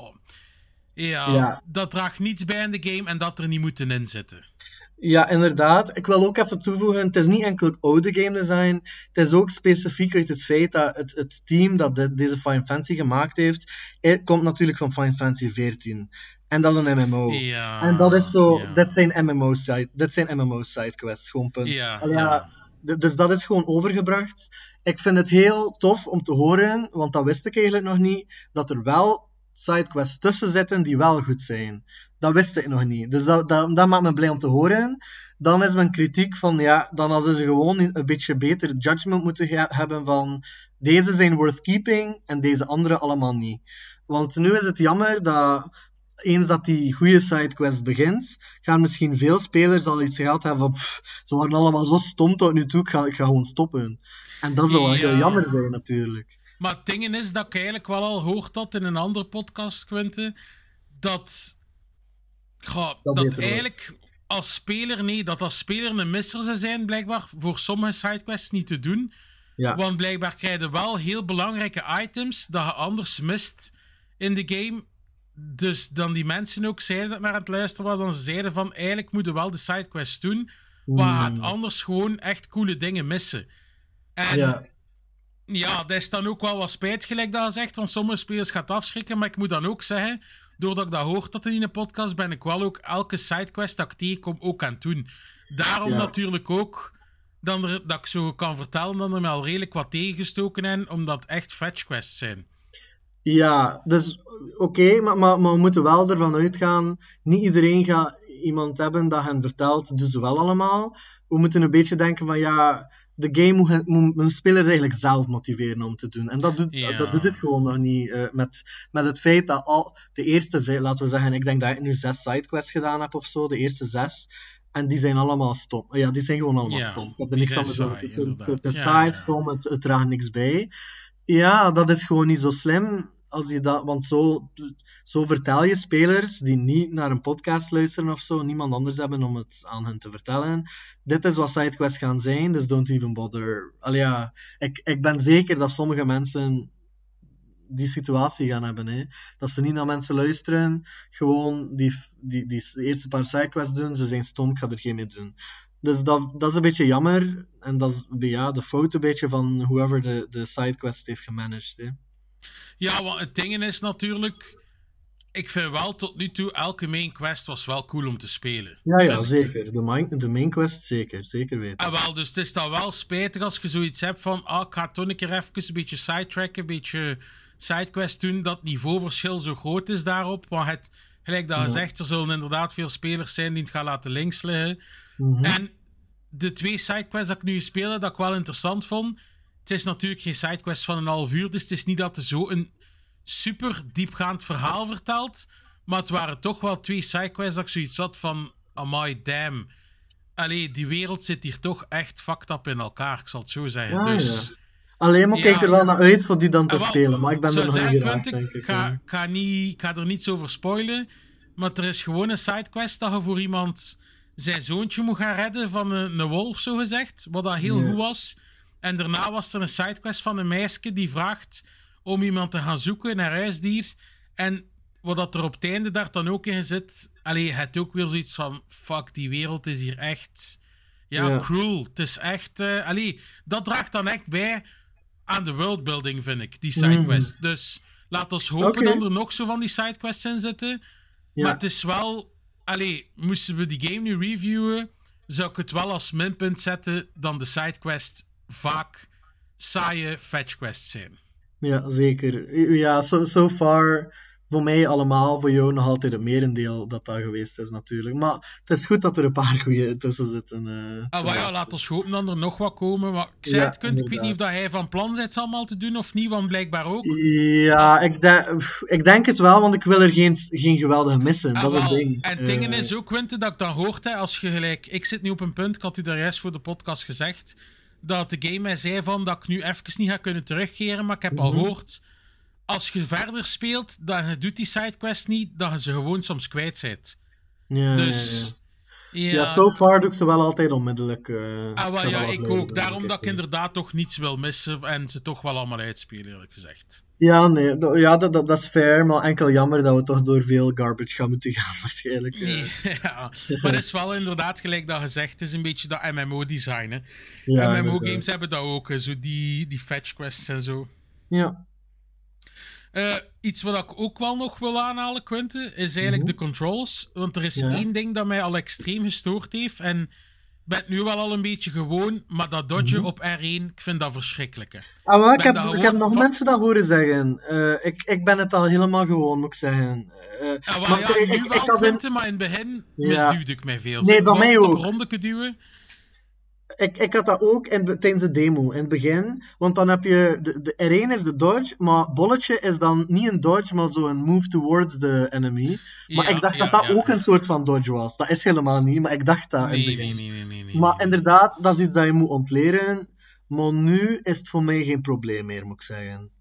dat draagt niets bij in de game en dat er niet moeten in zitten. Ja, inderdaad. Ik wil ook even toevoegen, het is niet enkel oude game design, het is ook specifiek uit het feit dat het team dat deze Final Fantasy gemaakt heeft, komt natuurlijk van Final Fantasy 14. En dat is een MMO. Ja, en dat is zo, dit zijn MMO sidequests, gewoon punt. Dus dat is gewoon overgebracht. Ik vind het heel tof om te horen, want dat wist ik eigenlijk nog niet, dat er wel sidequests tussen zitten die wel goed zijn. Dat wist ik nog niet. Dus dat maakt me blij om te horen. Dan is mijn kritiek van, dan hadden ze gewoon een beetje beter judgment moeten hebben van, deze zijn worth keeping en deze andere allemaal niet. Want nu is het jammer dat, eens dat die goede sidequest begint, gaan misschien veel spelers al iets gehad hebben van, ze waren allemaal zo stom tot nu toe, ik ga gewoon stoppen. En dat zou wel heel jammer zijn, natuurlijk. Maar het ding is dat ik eigenlijk wel al hoort had in een andere podcast, Quinte, dat eigenlijk als speler een misser zou zijn, blijkbaar, voor sommige sidequests niet te doen. Ja. Want blijkbaar krijg je wel heel belangrijke items dat je anders mist in de game. Dus dan die mensen ook zeiden dat naar het luisteren was, dan ze zeiden van, eigenlijk moeten we wel de sidequests doen, maar het anders gewoon echt coole dingen missen. En dat is dan ook wel wat spijt, gelijk dat je zegt, want sommige spelers gaat afschrikken, maar ik moet dan ook zeggen, doordat ik dat hoort dat in een podcast, ben ik wel ook elke sidequest dat ik tegenkom ook aan het doen. Daarom natuurlijk ook dat ik zo kan vertellen dat er mij al redelijk wat tegengestoken hebben, omdat het echt fetch quests zijn. Ja, dus oké, maar we moeten wel ervan uitgaan, niet iedereen gaat iemand hebben dat hen vertelt, doen ze wel allemaal. We moeten een beetje denken van, de game moet een speler eigenlijk zelf motiveren om te doen. En dat doet het gewoon nog niet. Met het feit dat al de eerste, laten we zeggen, ik denk dat ik nu 6 sidequests gedaan heb of zo, de eerste 6. En die zijn allemaal stom. Ja, die zijn gewoon allemaal stom. Ik heb er niks aan bezorgd. Het is saai, stom, het draagt niks bij. Ja, dat is gewoon niet zo slim. Als je dat, want zo vertel je spelers die niet naar een podcast luisteren of zo, niemand anders hebben om het aan hen te vertellen. Dit is wat sidequests gaan zijn, dus don't even bother. Ik ben zeker dat sommige mensen die situatie gaan hebben. Hè. Dat ze niet naar mensen luisteren, gewoon die eerste paar sidequests doen, ze zijn stom, ik ga er geen mee doen. Dus dat is een beetje jammer. En dat is de fout een beetje van whoever de sidequest heeft gemanaged. Hè. Ja, want het ding is natuurlijk... Ik vind wel tot nu toe, elke main quest was wel cool om te spelen. Ja, zeker. De main quest, zeker weten. Wel, dus het is dan wel spijtig als je zoiets hebt van... ik ga toch een keer even een beetje sidetracken, een beetje sidequest doen, dat het niveauverschil zo groot is daarop. Want gelijk dat je zegt, er zullen inderdaad veel spelers zijn die het gaan laten links liggen. Mm-hmm. En de 2 sidequests dat ik nu gespeeld heb, dat ik wel interessant vond... Het het is natuurlijk geen sidequest van een half uur, dus het is niet dat er zo een super diepgaand verhaal vertelt, maar het waren toch wel 2 sidequests dat ik zoiets had van, amai, damn. Allee, die wereld zit hier toch echt fucked up in elkaar, ik zal het zo zeggen. Ah, dus... ja. Alleen maar kijk er wel naar uit voor die dan te wel, spelen, maar ik ben er nog niet geraakt, Quentin, denk ik. Ik ga er niets over spoilen, maar er is gewoon een sidequest dat je voor iemand zijn zoontje moet gaan redden van een wolf, zo gezegd, wat dat heel goed was. En daarna was er een sidequest van een meisje die vraagt om iemand te gaan zoeken naar huisdier. En wat dat er op het einde daar dan ook in zit, allee, het ook weer zoiets van, fuck, die wereld is hier echt, cruel. Het is echt, allee, dat draagt dan echt bij aan de worldbuilding, vind ik, die sidequest. Dus laat ons hopen dat er nog zo van die sidequests in zitten. Ja. Maar het is wel, allee, moesten we die game nu reviewen, zou ik het wel als minpunt zetten dan de sidequest vaak saaie fetchquests zijn. Ja, zeker. Ja, so far, voor mij allemaal, voor jou nog altijd het merendeel dat geweest is natuurlijk. Maar het is goed dat er een paar goede tussen zitten. Laat ons hopen dat er nog wat komen. Maar ik zei ik weet niet of dat hij van plan bent allemaal te doen of niet, want blijkbaar ook. Ja, ik denk het wel, want ik wil er geen geweldige missen. Dat is het ding. En het ding is ook, Quinten, dat ik dan hoort, als je gelijk... Ik zit nu op een punt, ik had u daar juist voor de podcast gezegd, dat de game mij zei van dat ik nu even niet ga kunnen terugkeren, maar ik heb al gehoord, als je verder speelt, dat je doet die sidequest niet, dat je ze gewoon soms kwijt bent. Ja, so far doe ik ze wel altijd onmiddellijk. Ik ook. Daarom dat ik inderdaad toch niets wil missen en ze toch wel allemaal uitspelen, eerlijk gezegd. Ja, nee, dat is fair, maar enkel jammer dat we toch door veel garbage gaan moeten gaan, waarschijnlijk. Ja, maar het is wel inderdaad, gelijk dat gezegd, het is een beetje dat MMO-design, hè. Ja, MMO-games hebben dat ook, zo die fetch quests en zo. Ja. Iets wat ik ook wel nog wil aanhalen, Quinten, is eigenlijk de controls. Want er is één ding dat mij al extreem gestoord heeft. En ik ben het nu wel al een beetje gewoon, maar dat dodgen op R1, ik vind dat verschrikkelijk. Hè. Ik heb nog mensen dat horen zeggen. Ik ben het al helemaal gewoon, moet ik zeggen. Nu wel, Quinten, maar in het begin misduwde ik mij veel. Nee, van mij ook. Op een rondeke duwen. Ik had dat ook tijdens de demo, in het begin. Want dan heb je... De R1 is de dodge, maar bolletje is dan niet een dodge, maar zo'n move towards the enemy. Maar ik dacht dat ook een soort van dodge was. Dat is helemaal niet, maar ik dacht dat in het begin. Nee. Maar inderdaad, dat is iets dat je moet ontleren. Maar nu is het voor mij geen probleem meer, moet ik zeggen.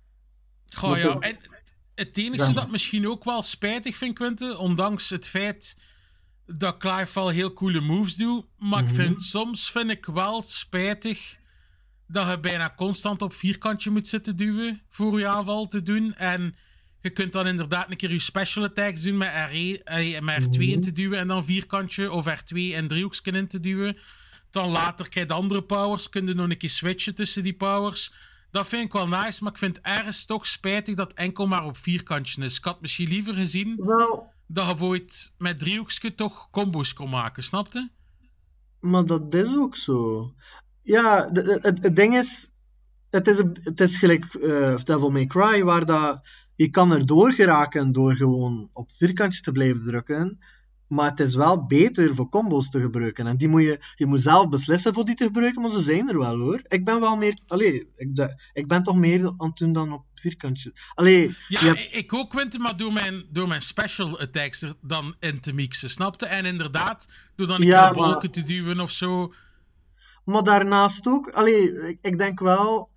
En het enige dat misschien ook wel spijtig vind, Quinten, ondanks het feit dat Clive wel heel coole moves doet, maar soms vind ik wel spijtig dat je bijna constant op vierkantje moet zitten duwen voor je aanval te doen. En je kunt dan inderdaad een keer je special attacks doen met R2 in te duwen en dan vierkantje, of R2 en driehoeksken in te duwen. Dan later krijg je de andere powers, kun je nog een keer switchen tussen die powers. Dat vind ik wel nice, maar ik vind ergens toch spijtig dat het enkel maar op vierkantje is. Ik had misschien liever gezien dat je bijvoorbeeld met driehoekje toch combo's kon maken, snapte? Maar dat is ook zo. Ja, het ding is... Het is gelijk Devil May Cry, waar dat... Je kan erdoor geraken door gewoon op vierkantje te blijven drukken. Maar het is wel beter voor combo's te gebruiken. En die je moet zelf beslissen voor die te gebruiken, maar ze zijn er wel, hoor. Ik ben wel meer... ik ben toch meer aan het doen dan op vierkantje. Ik ook, Quinten, maar door mijn special attacks er dan in te mixen, snapte? En inderdaad, door dan een keer bolken te duwen of zo. Maar daarnaast ook... ik denk wel...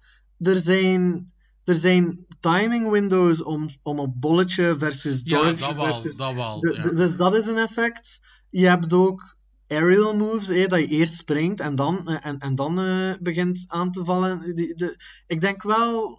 Er zijn timing windows om op bolletje versus dodge. Ja, Dus dat is een effect. Je hebt ook aerial moves, dat je eerst springt en dan begint aan te vallen. Ik denk wel...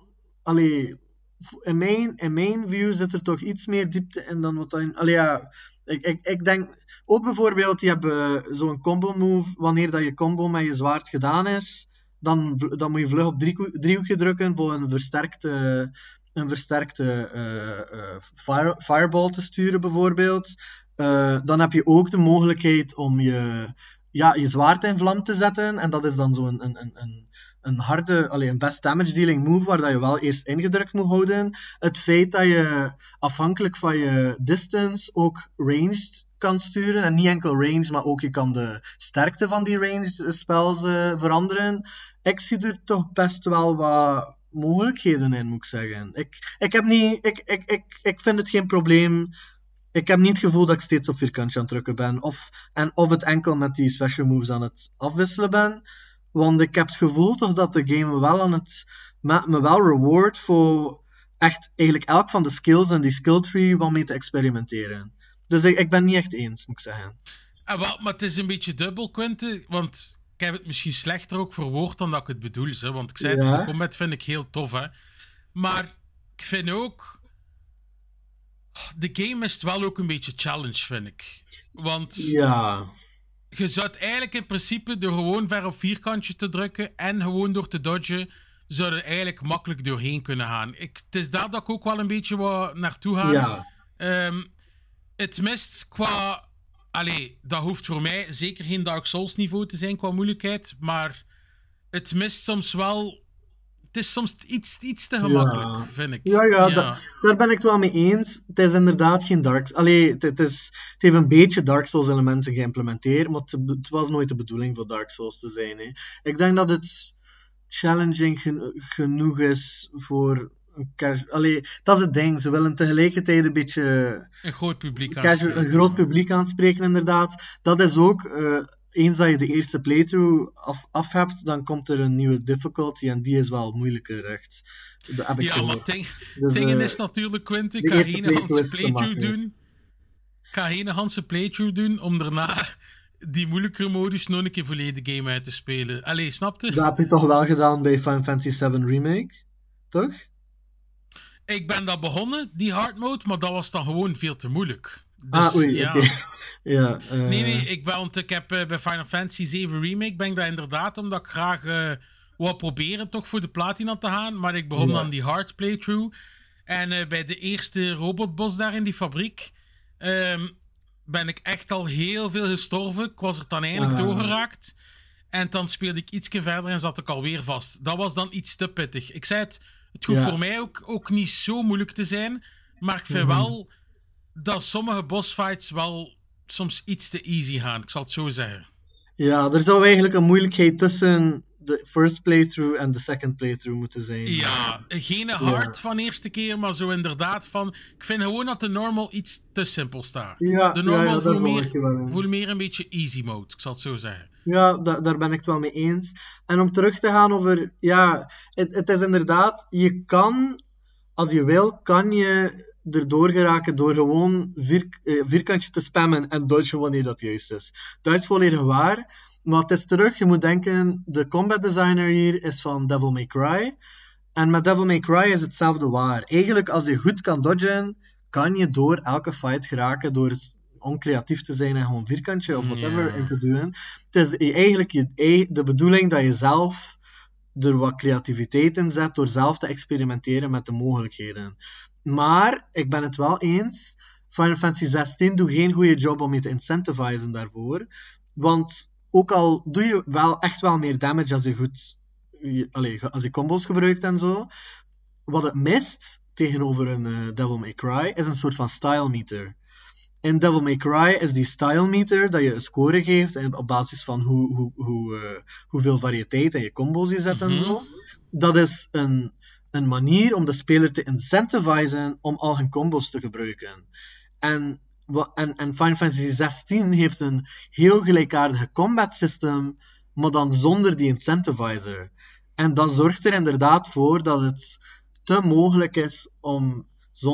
in mijn view zit er toch iets meer diepte in dan wat dan... Ik denk... Ook bijvoorbeeld, je hebt zo'n combo move, wanneer dat je combo met je zwaard gedaan is... Dan moet je vlug op driehoekje drukken voor een versterkte fireball te sturen, bijvoorbeeld. Dan heb je ook de mogelijkheid om je zwaard in vlam te zetten. En dat is dan zo'n een harde, een best damage dealing move, waar dat je wel eerst ingedrukt moet houden. Het feit dat je afhankelijk van je distance ook ranged kan sturen. En niet enkel range, maar ook je kan de sterkte van die ranged spells veranderen. ik zie er toch best wel wat mogelijkheden in, moet ik zeggen. Ik vind het geen probleem. Ik heb niet het gevoel dat ik steeds op vierkantje aan het drukken ben. Of het enkel met die special moves aan het afwisselen ben. Want ik heb het gevoel toch dat de game me wel reward voor echt eigenlijk elk van de skills en die skill tree wat mee te experimenteren. Dus ik ben niet echt eens, moet ik zeggen. Maar het is een beetje dubbel, Quinte, want ik heb het misschien slechter ook verwoord dan dat ik het bedoel. Hè? Want ik zei het, de combat vind ik heel tof, hè. Maar ik vind ook... De game is wel ook een beetje challenge, vind ik. Want... Ja... Je zou het eigenlijk in principe door gewoon ver op vierkantje te drukken en gewoon door te dodgen, zou je eigenlijk makkelijk doorheen kunnen gaan. Het is daar dat ik ook wel een beetje wat naartoe ga. Ja. Het mist qua... dat hoeft voor mij zeker geen Dark Souls niveau te zijn qua moeilijkheid, maar het mist soms wel... Het is soms iets te gemakkelijk, vind ik. Ja. Daar ben ik het wel mee eens. Het is inderdaad geen Dark Souls. Het heeft een beetje Dark Souls elementen geïmplementeerd, maar het was nooit de bedoeling voor Dark Souls te zijn. Hè. Ik denk dat het challenging genoeg is voor... dat is het ding. Ze willen tegelijkertijd een beetje... Een groot publiek aanspreken. Een groot publiek aanspreken, inderdaad. Dat is ook... eens dat je de eerste playthrough af hebt, dan komt er een nieuwe difficulty en die is wel moeilijker, echt. Dat heb ik gehoord. Maar dingen is natuurlijk, Quinte, ik ga geen Hanse playthrough doen om daarna die moeilijkere modus nog een keer volledig game uit te spelen. Allee, snapte? Dat heb je toch wel gedaan bij Final Fantasy VII Remake? Toch? Ik ben dat begonnen, die hard mode, maar dat was dan gewoon veel te moeilijk. Dus, Okay. Ja, Nee, ik heb bij Final Fantasy 7 Remake ben ik dat inderdaad, omdat ik graag wou proberen toch voor de platina te gaan, maar ik begon dan die hard playthrough. En bij de eerste robotbos daar in die fabriek ben ik echt al heel veel gestorven. Ik was er dan eindelijk doorgeraakt. En dan speelde ik ietsje verder en zat ik alweer vast. Dat was dan iets te pittig. Ik zei het hoeft voor mij ook niet zo moeilijk te zijn, maar ik vind wel dat sommige bossfights wel soms iets te easy gaan, ik zal het zo zeggen. Ja, er zou eigenlijk een moeilijkheid tussen de first playthrough en de second playthrough moeten zijn. Ja, geen hard van de eerste keer, maar zo inderdaad van... Ik vind gewoon dat de normal iets te simpel staat. Ja, de normal voelt meer een beetje easy mode, ik zal het zo zeggen. Ja, daar ben ik het wel mee eens. En om terug te gaan over... Ja, het is inderdaad... Je kan, als je wil, kan je erdoor geraken door gewoon vierkantje te spammen en dodgen wanneer dat juist is. Dat is volledig waar. Maar het is terug, je moet denken, de combat designer hier is van Devil May Cry. En met Devil May Cry is hetzelfde waar. Eigenlijk, als je goed kan dodgen, kan je door elke fight geraken door oncreatief te zijn en gewoon vierkantje of whatever in te doen. Het is eigenlijk de bedoeling dat je zelf er wat creativiteit in zet door zelf te experimenteren met de mogelijkheden. Maar, ik ben het wel eens, Final Fantasy 16 doet geen goede job om je te incentivizen daarvoor. Want ook al doe je wel echt wel meer damage als je combos gebruikt en zo, wat het mist tegenover een Devil May Cry is een soort van style meter. In Devil May Cry is die style meter dat je een score geeft en op basis van hoeveel variëteit en je combos je zet en zo. Dat is een manier om de speler te incentivizen om al hun combos te gebruiken. En Final Fantasy 16 heeft een heel gelijkaardige combat system, maar dan zonder die incentivizer. En dat zorgt er inderdaad voor dat het te mogelijk is om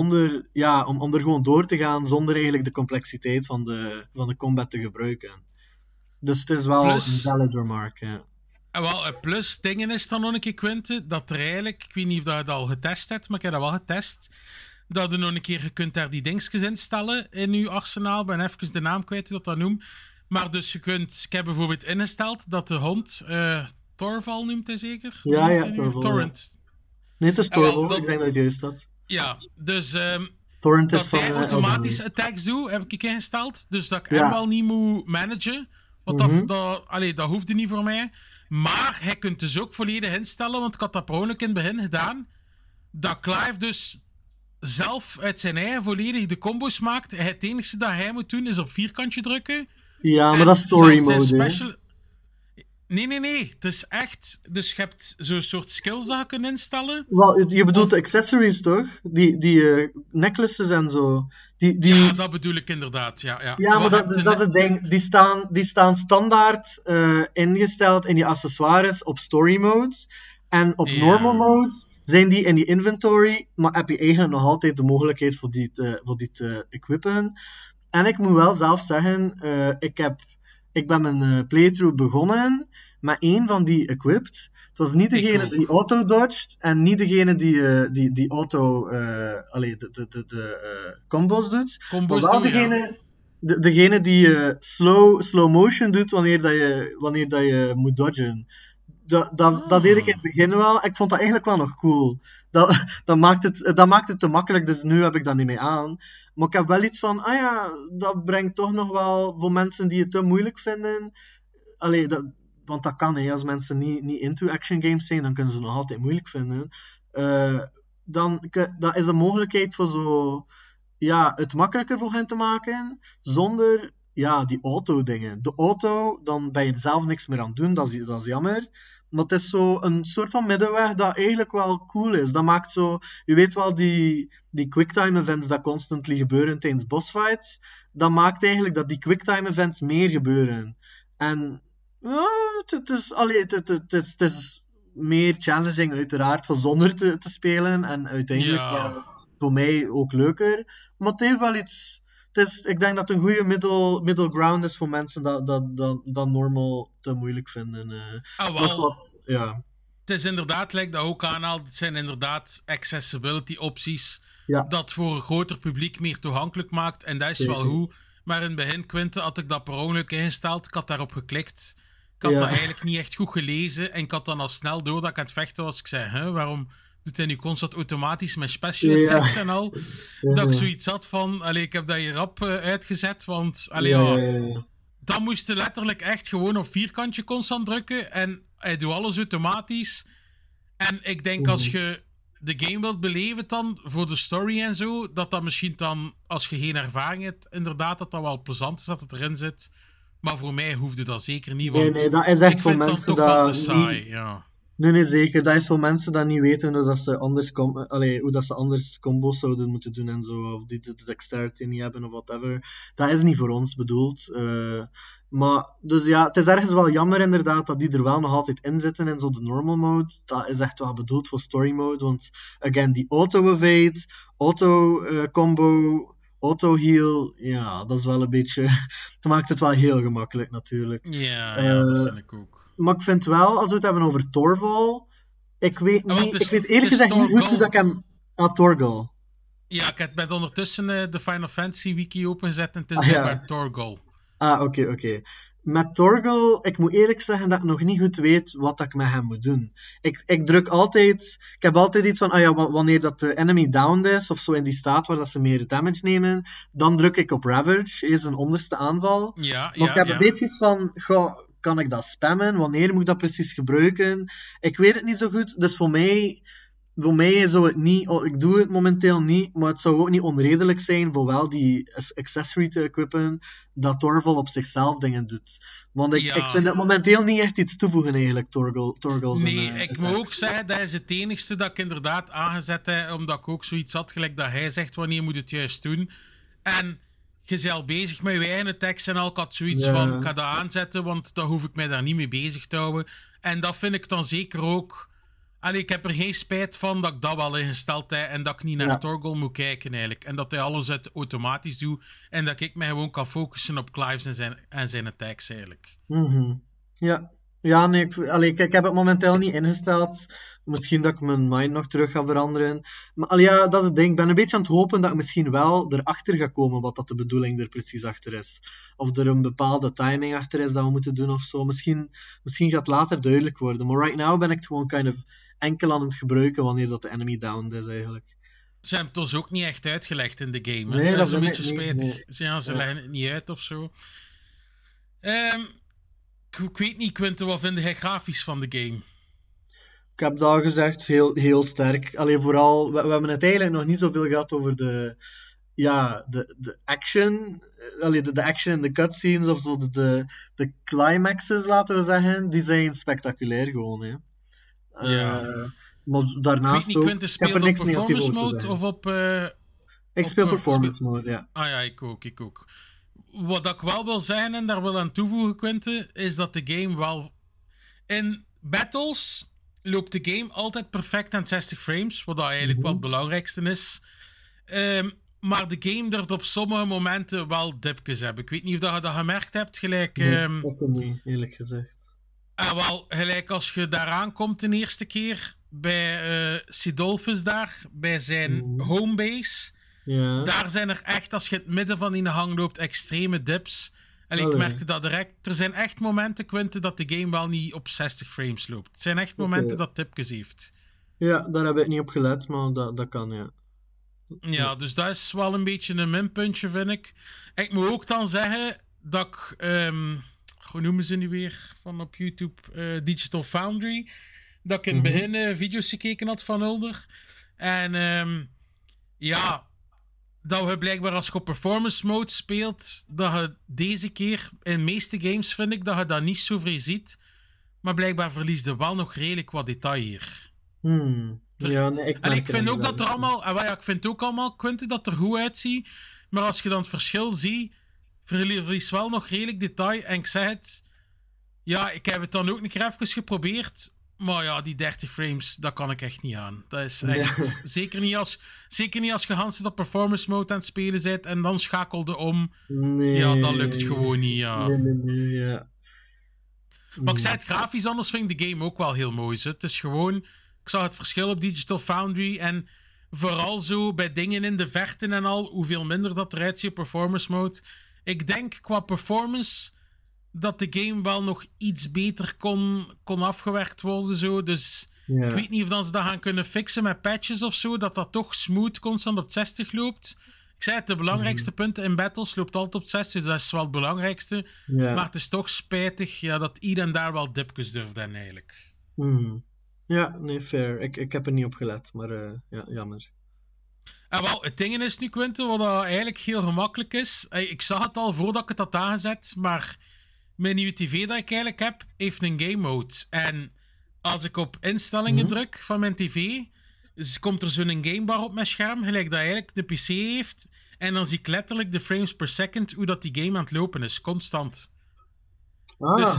er gewoon door te gaan zonder eigenlijk de complexiteit van de combat te gebruiken. Dus het is wel een valid remark, ja. Plus, dingen is dan nog een keer, Quinte, dat er eigenlijk, ik weet niet of je dat al getest hebt, maar ik heb dat wel getest, dat je nog een keer, je kunt daar die dingetjes instellen in je arsenaal, ik ben even de naam kwijt hoe dat noemt, maar dus ik heb bijvoorbeeld ingesteld dat de hond, Torval noemt hij zeker? Ja, Torval. Torrent. Nee, het is Torval, ik denk dat het juist dat. Ja, dus Torrent is dat hij automatische attacks doet, heb ik ingesteld, dus dat ik hem wel niet moet managen, want dat hoefde niet voor mij. Maar hij kunt dus ook volledig instellen, want ik had dat per ongeluk in het begin gedaan, dat Clive dus zelf uit zijn eigen volledig de combo's maakt. Het enige dat hij moet doen is op vierkantje drukken. Ja, maar dat is story mode. Nee. Het is echt... Dus je hebt zo'n soort skills dat je kunt instellen. Wel, je bedoelt de accessories, toch? Die necklaces en zo. Ja, dat bedoel ik inderdaad. Ja. Ja, maar dat is het ding. Die staan standaard ingesteld in die accessoires op story modes. En op normal modes zijn die in die inventory, maar heb je eigenlijk nog altijd de mogelijkheid voor die te equippen. En ik moet wel zelf zeggen, ik ben mijn playthrough begonnen met één van die equipped. Het was niet degene die auto-dodged en niet degene die auto de combos doet. Maar wel degene die slow motion doet wanneer dat je moet dodgen. Dat deed ik in het begin wel. Ik vond dat eigenlijk wel nog cool. Dat maakt het te makkelijk, dus nu heb ik dat niet mee aan. Maar ik heb wel iets van, dat brengt toch nog wel voor mensen die het te moeilijk vinden. Want dat kan, hè. Als mensen niet into action games zijn, dan kunnen ze het nog altijd moeilijk vinden. Dat is een mogelijkheid voor het makkelijker voor hen te maken, zonder die auto-dingen. De auto, dan ben je er zelf niks meer aan het doen, dat is jammer. Maar het is zo een soort van middenweg dat eigenlijk wel cool is. Dat maakt zo... Je weet wel, die quicktime events dat constantly gebeuren tijdens bossfights, dat maakt eigenlijk dat die quicktime events meer gebeuren. En... het is meer challenging uiteraard voor zonder te spelen. En uiteindelijk wel voor mij ook leuker. Maar het heeft wel iets... ik denk dat het een goede middle ground is voor mensen dat normal te moeilijk vinden. Dat is wat, ja. Het is inderdaad, lijkt dat ook aanhaalt, het zijn inderdaad accessibility opties dat voor een groter publiek meer toegankelijk maakt. En dat is wel hoe. Maar in het begin, Quinte, had ik dat per ongeluk ingesteld. Ik had daarop geklikt. Ik had dat eigenlijk niet echt goed gelezen. En ik had dan al snel door dat ik aan het vechten was. Ik zei, waarom doet hij nu constant automatisch met special attacks en al? Dat ik zoiets had van, ik heb dat hier rap uitgezet, want dan moest je letterlijk echt gewoon op vierkantje constant drukken en hij doet alles automatisch. En ik denk als je de game wilt beleven dan, voor de story en zo, dat misschien dan, als je geen ervaring hebt, inderdaad dat wel plezant is dat het erin zit. Maar voor mij hoefde dat zeker niet, want nee, dat is echt ik voor vind mensen dat toch wel te niet... saai, ja. Nee, zeker. Dat is voor mensen die niet weten hoe dat ze anders combos zouden moeten doen en zo. Of die de dexterity niet hebben of whatever. Dat is niet voor ons bedoeld. Maar, dus ja, het is ergens wel jammer inderdaad dat die er wel nog altijd in zitten in zo de normal mode. Dat is echt wel bedoeld voor story mode. Want, again, die auto-evade, auto-combo, auto-heal, ja, dat is wel een beetje... Het maakt het wel heel gemakkelijk natuurlijk. Ja, dat vind ik ook. Maar ik vind wel, als we het hebben over Torval, ik weet eerlijk gezegd niet goed hoe dat ik hem... Torgal. Ja, ik heb ondertussen de Final Fantasy wiki opengezet en het is bij Torgal. Oké. Met Torgal, ik moet eerlijk zeggen dat ik nog niet goed weet wat ik met hem moet doen. Ik druk altijd... Ik heb altijd iets van, wanneer dat de enemy downed is, of zo in die staat waar dat ze meer damage nemen, dan druk ik op Ravage, is een onderste aanval. Maar ik heb een beetje iets van... Kan ik dat spammen? Wanneer moet ik dat precies gebruiken? Ik weet het niet zo goed. Dus voor mij zou het niet... ik doe het momenteel niet, maar het zou ook niet onredelijk zijn voor wel die accessory te equippen dat Torval op zichzelf dingen doet. Want ik vind het momenteel niet echt iets toevoegen eigenlijk, Torgal's. Nee, ik moet ook zeggen, dat is het enigste dat ik inderdaad aangezet heb, omdat ik ook zoiets had, gelijk dat hij zegt wanneer moet het juist doen. En... Je bent al bezig met je eigen tekst en al. Ik had zoiets van, ik ga dat aanzetten, want dan hoef ik mij daar niet mee bezig te houden. En dat vind ik dan zeker ook... ik heb er geen spijt van dat ik dat wel ingesteld heb en dat ik niet naar Torgal moet kijken eigenlijk. En dat hij alles automatisch doet en dat ik mij gewoon kan focussen op Clives en zijn attacks eigenlijk. Mm-hmm. Ja, nee, ik heb het momenteel niet ingesteld. Misschien dat ik mijn mind nog terug ga veranderen. Maar dat is het ding. Ik ben een beetje aan het hopen dat ik misschien wel erachter ga komen wat dat de bedoeling er precies achter is. Of er een bepaalde timing achter is dat we moeten doen of zo. Misschien gaat het later duidelijk worden. Maar right now ben ik het gewoon enkel aan het gebruiken wanneer dat de enemy downed is eigenlijk. Ze hebben het ons ook niet echt uitgelegd in de game. Nee, dat is een beetje spijtig. Ze leggen het niet uit of zo. Ik weet niet, Quinte, wat vind jij grafisch van de game? Ik heb dat al gezegd, heel, heel sterk. Vooral, we hebben het eigenlijk nog niet zoveel gehad over de action de action in de cutscenes of zo, de climaxes, laten we zeggen, die zijn spectaculair gewoon. Hè. Ja. Maar Ik weet daarnaast niet, ook, Quinte ik heb er speelt op niks negatief performance over te mode zeggen. of op... Ik speel op- performance mode, ja. Ah ja, ik ook. Wat ik wel wil zeggen en daar wil aan toevoegen, Quinte, is dat de game wel... In battles loopt de game altijd perfect aan 60 frames, wat dat eigenlijk wel het belangrijkste is. Maar de game durft op sommige momenten wel dipjes hebben. Ik weet niet of dat je dat gemerkt hebt, gelijk... Nee, dat kan niet, eerlijk gezegd. Wel, gelijk als je daaraan komt de eerste keer bij Sidolphus daar, bij zijn homebase... Ja. Daar zijn er echt, als je in het midden van die hang loopt, extreme dips. En ik Allee. merkte dat direct. Er zijn echt momenten, Quinte, dat de game wel niet op 60 frames loopt. Het zijn echt momenten dat dipjes heeft. Ja, daar heb ik niet op gelet, maar dat kan, ja. Ja, dus dat is wel een beetje een minpuntje, vind ik. Ik moet ook dan zeggen dat ik... hoe noemen ze nu weer van op YouTube? Digital Foundry. Dat ik in het begin video's gekeken had van Ulder. En ja... Dat je blijkbaar als je op performance mode speelt, dat je deze keer, in de meeste games vind ik, dat je dat niet zo vrij ziet. Maar blijkbaar verliest je wel nog redelijk wat detail hier. Ja, nee, En ik vind ook dat er allemaal... ik vind ook allemaal, Quinte, dat er goed uitziet. Maar als je dan het verschil ziet, verliest wel nog redelijk detail. En ik zeg het... Ja, ik heb het dan ook een keer even geprobeerd. Maar ja, die 30 frames, dat kan ik echt niet aan. Dat is echt... Zeker niet als je Hans op performance mode aan het spelen bent en dan schakelde om. Nee. Ja, dat lukt gewoon niet, ja. Nee, ja. Maar ik zei het, grafisch anders vind ik de game ook wel heel mooi. Zo. Het is gewoon... Ik zag het verschil op Digital Foundry en vooral zo bij dingen in de verten en al, hoeveel minder dat eruit ziet op performance mode. Ik denk qua performance dat de game wel nog iets beter kon afgewerkt worden. Zo. Dus ik weet niet of dan ze dat gaan kunnen fixen met patches of zo, dat dat toch smooth constant op 60 loopt. Ik zei het, de belangrijkste punten in battles loopt altijd op 60, dus dat is wel het belangrijkste. Ja. Maar het is toch spijtig dat hier en daar wel dipjes durft dan eigenlijk. Ja, nee, fair. Ik heb er niet op gelet, maar ja, jammer. En wel, het ding is nu, Quinte, wat dat eigenlijk heel gemakkelijk is. Ik zag het al voordat ik het had aangezet, maar mijn nieuwe tv dat ik eigenlijk heb, heeft een game mode. En als ik op instellingen druk van mijn tv, komt er zo'n gamebar op mijn scherm, gelijk dat eigenlijk de PC heeft. En dan zie ik letterlijk de frames per second, hoe dat die game aan het lopen is, constant. Dus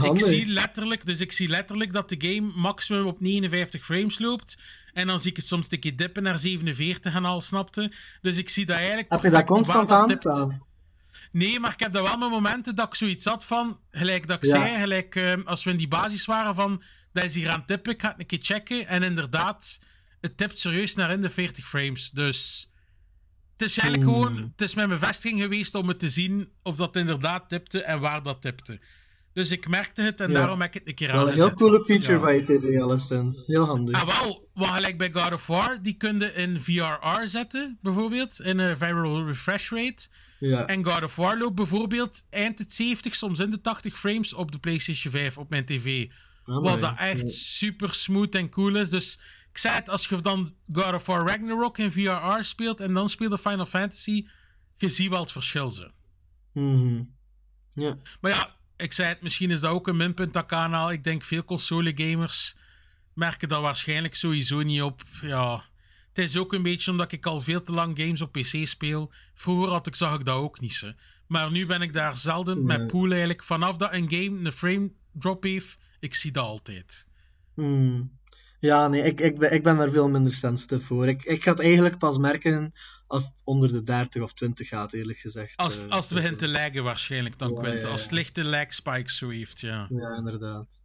ik zie letterlijk dat de game maximum op 59 frames loopt. En dan zie ik het soms een keer dippen naar 47 en al, snapte. Dus ik zie dat eigenlijk heb je dat constant aanstaan? Nee, maar ik heb dat wel met momenten dat ik zoiets had van... Gelijk dat ik zei, gelijk als we in die basis waren van... Dat is hier aan het tippen, ik ga het een keer checken. En inderdaad, het tipt serieus naar in de 40 frames. Dus... Het is eigenlijk gewoon... Het is mijn bevestiging geweest om het te zien of dat inderdaad tipte en waar dat tipte. Dus ik merkte het en daarom heb ik het een keer aangezet. Wel een heel coole feature van je tv, alleszins. Heel handig. Wel, wat gelijk bij God of War, die kun je in VRR zetten, bijvoorbeeld. In een variable refresh rate. Ja. En God of War loopt bijvoorbeeld eind het 70, soms in de 80 frames op de PlayStation 5 op mijn tv. Wat dat echt super smooth en cool is. Dus ik zei het, als je dan God of War Ragnarok in VRR speelt en dan speelt de Final Fantasy, je ziet wel het verschil zo. Ja. Maar ja, ik zei het, misschien is dat ook een minpunt dat ik aanhaal. Ik denk veel console-gamers merken dat waarschijnlijk sowieso niet op. Ja, het is ook een beetje omdat ik al veel te lang games op PC speel. Vroeger zag ik dat ook niet zo. Maar nu ben ik daar zelden met pool eigenlijk. Vanaf dat een game een frame drop heeft, ik zie dat altijd. Ja, nee, ik ben daar veel minder sensitive voor. Ik ga het eigenlijk pas merken als het onder de 30 of 20 gaat, eerlijk gezegd. Als het begint te laggen waarschijnlijk dan, Quinte. Als het lichte lag spikes zo heeft, ja. Ja, inderdaad.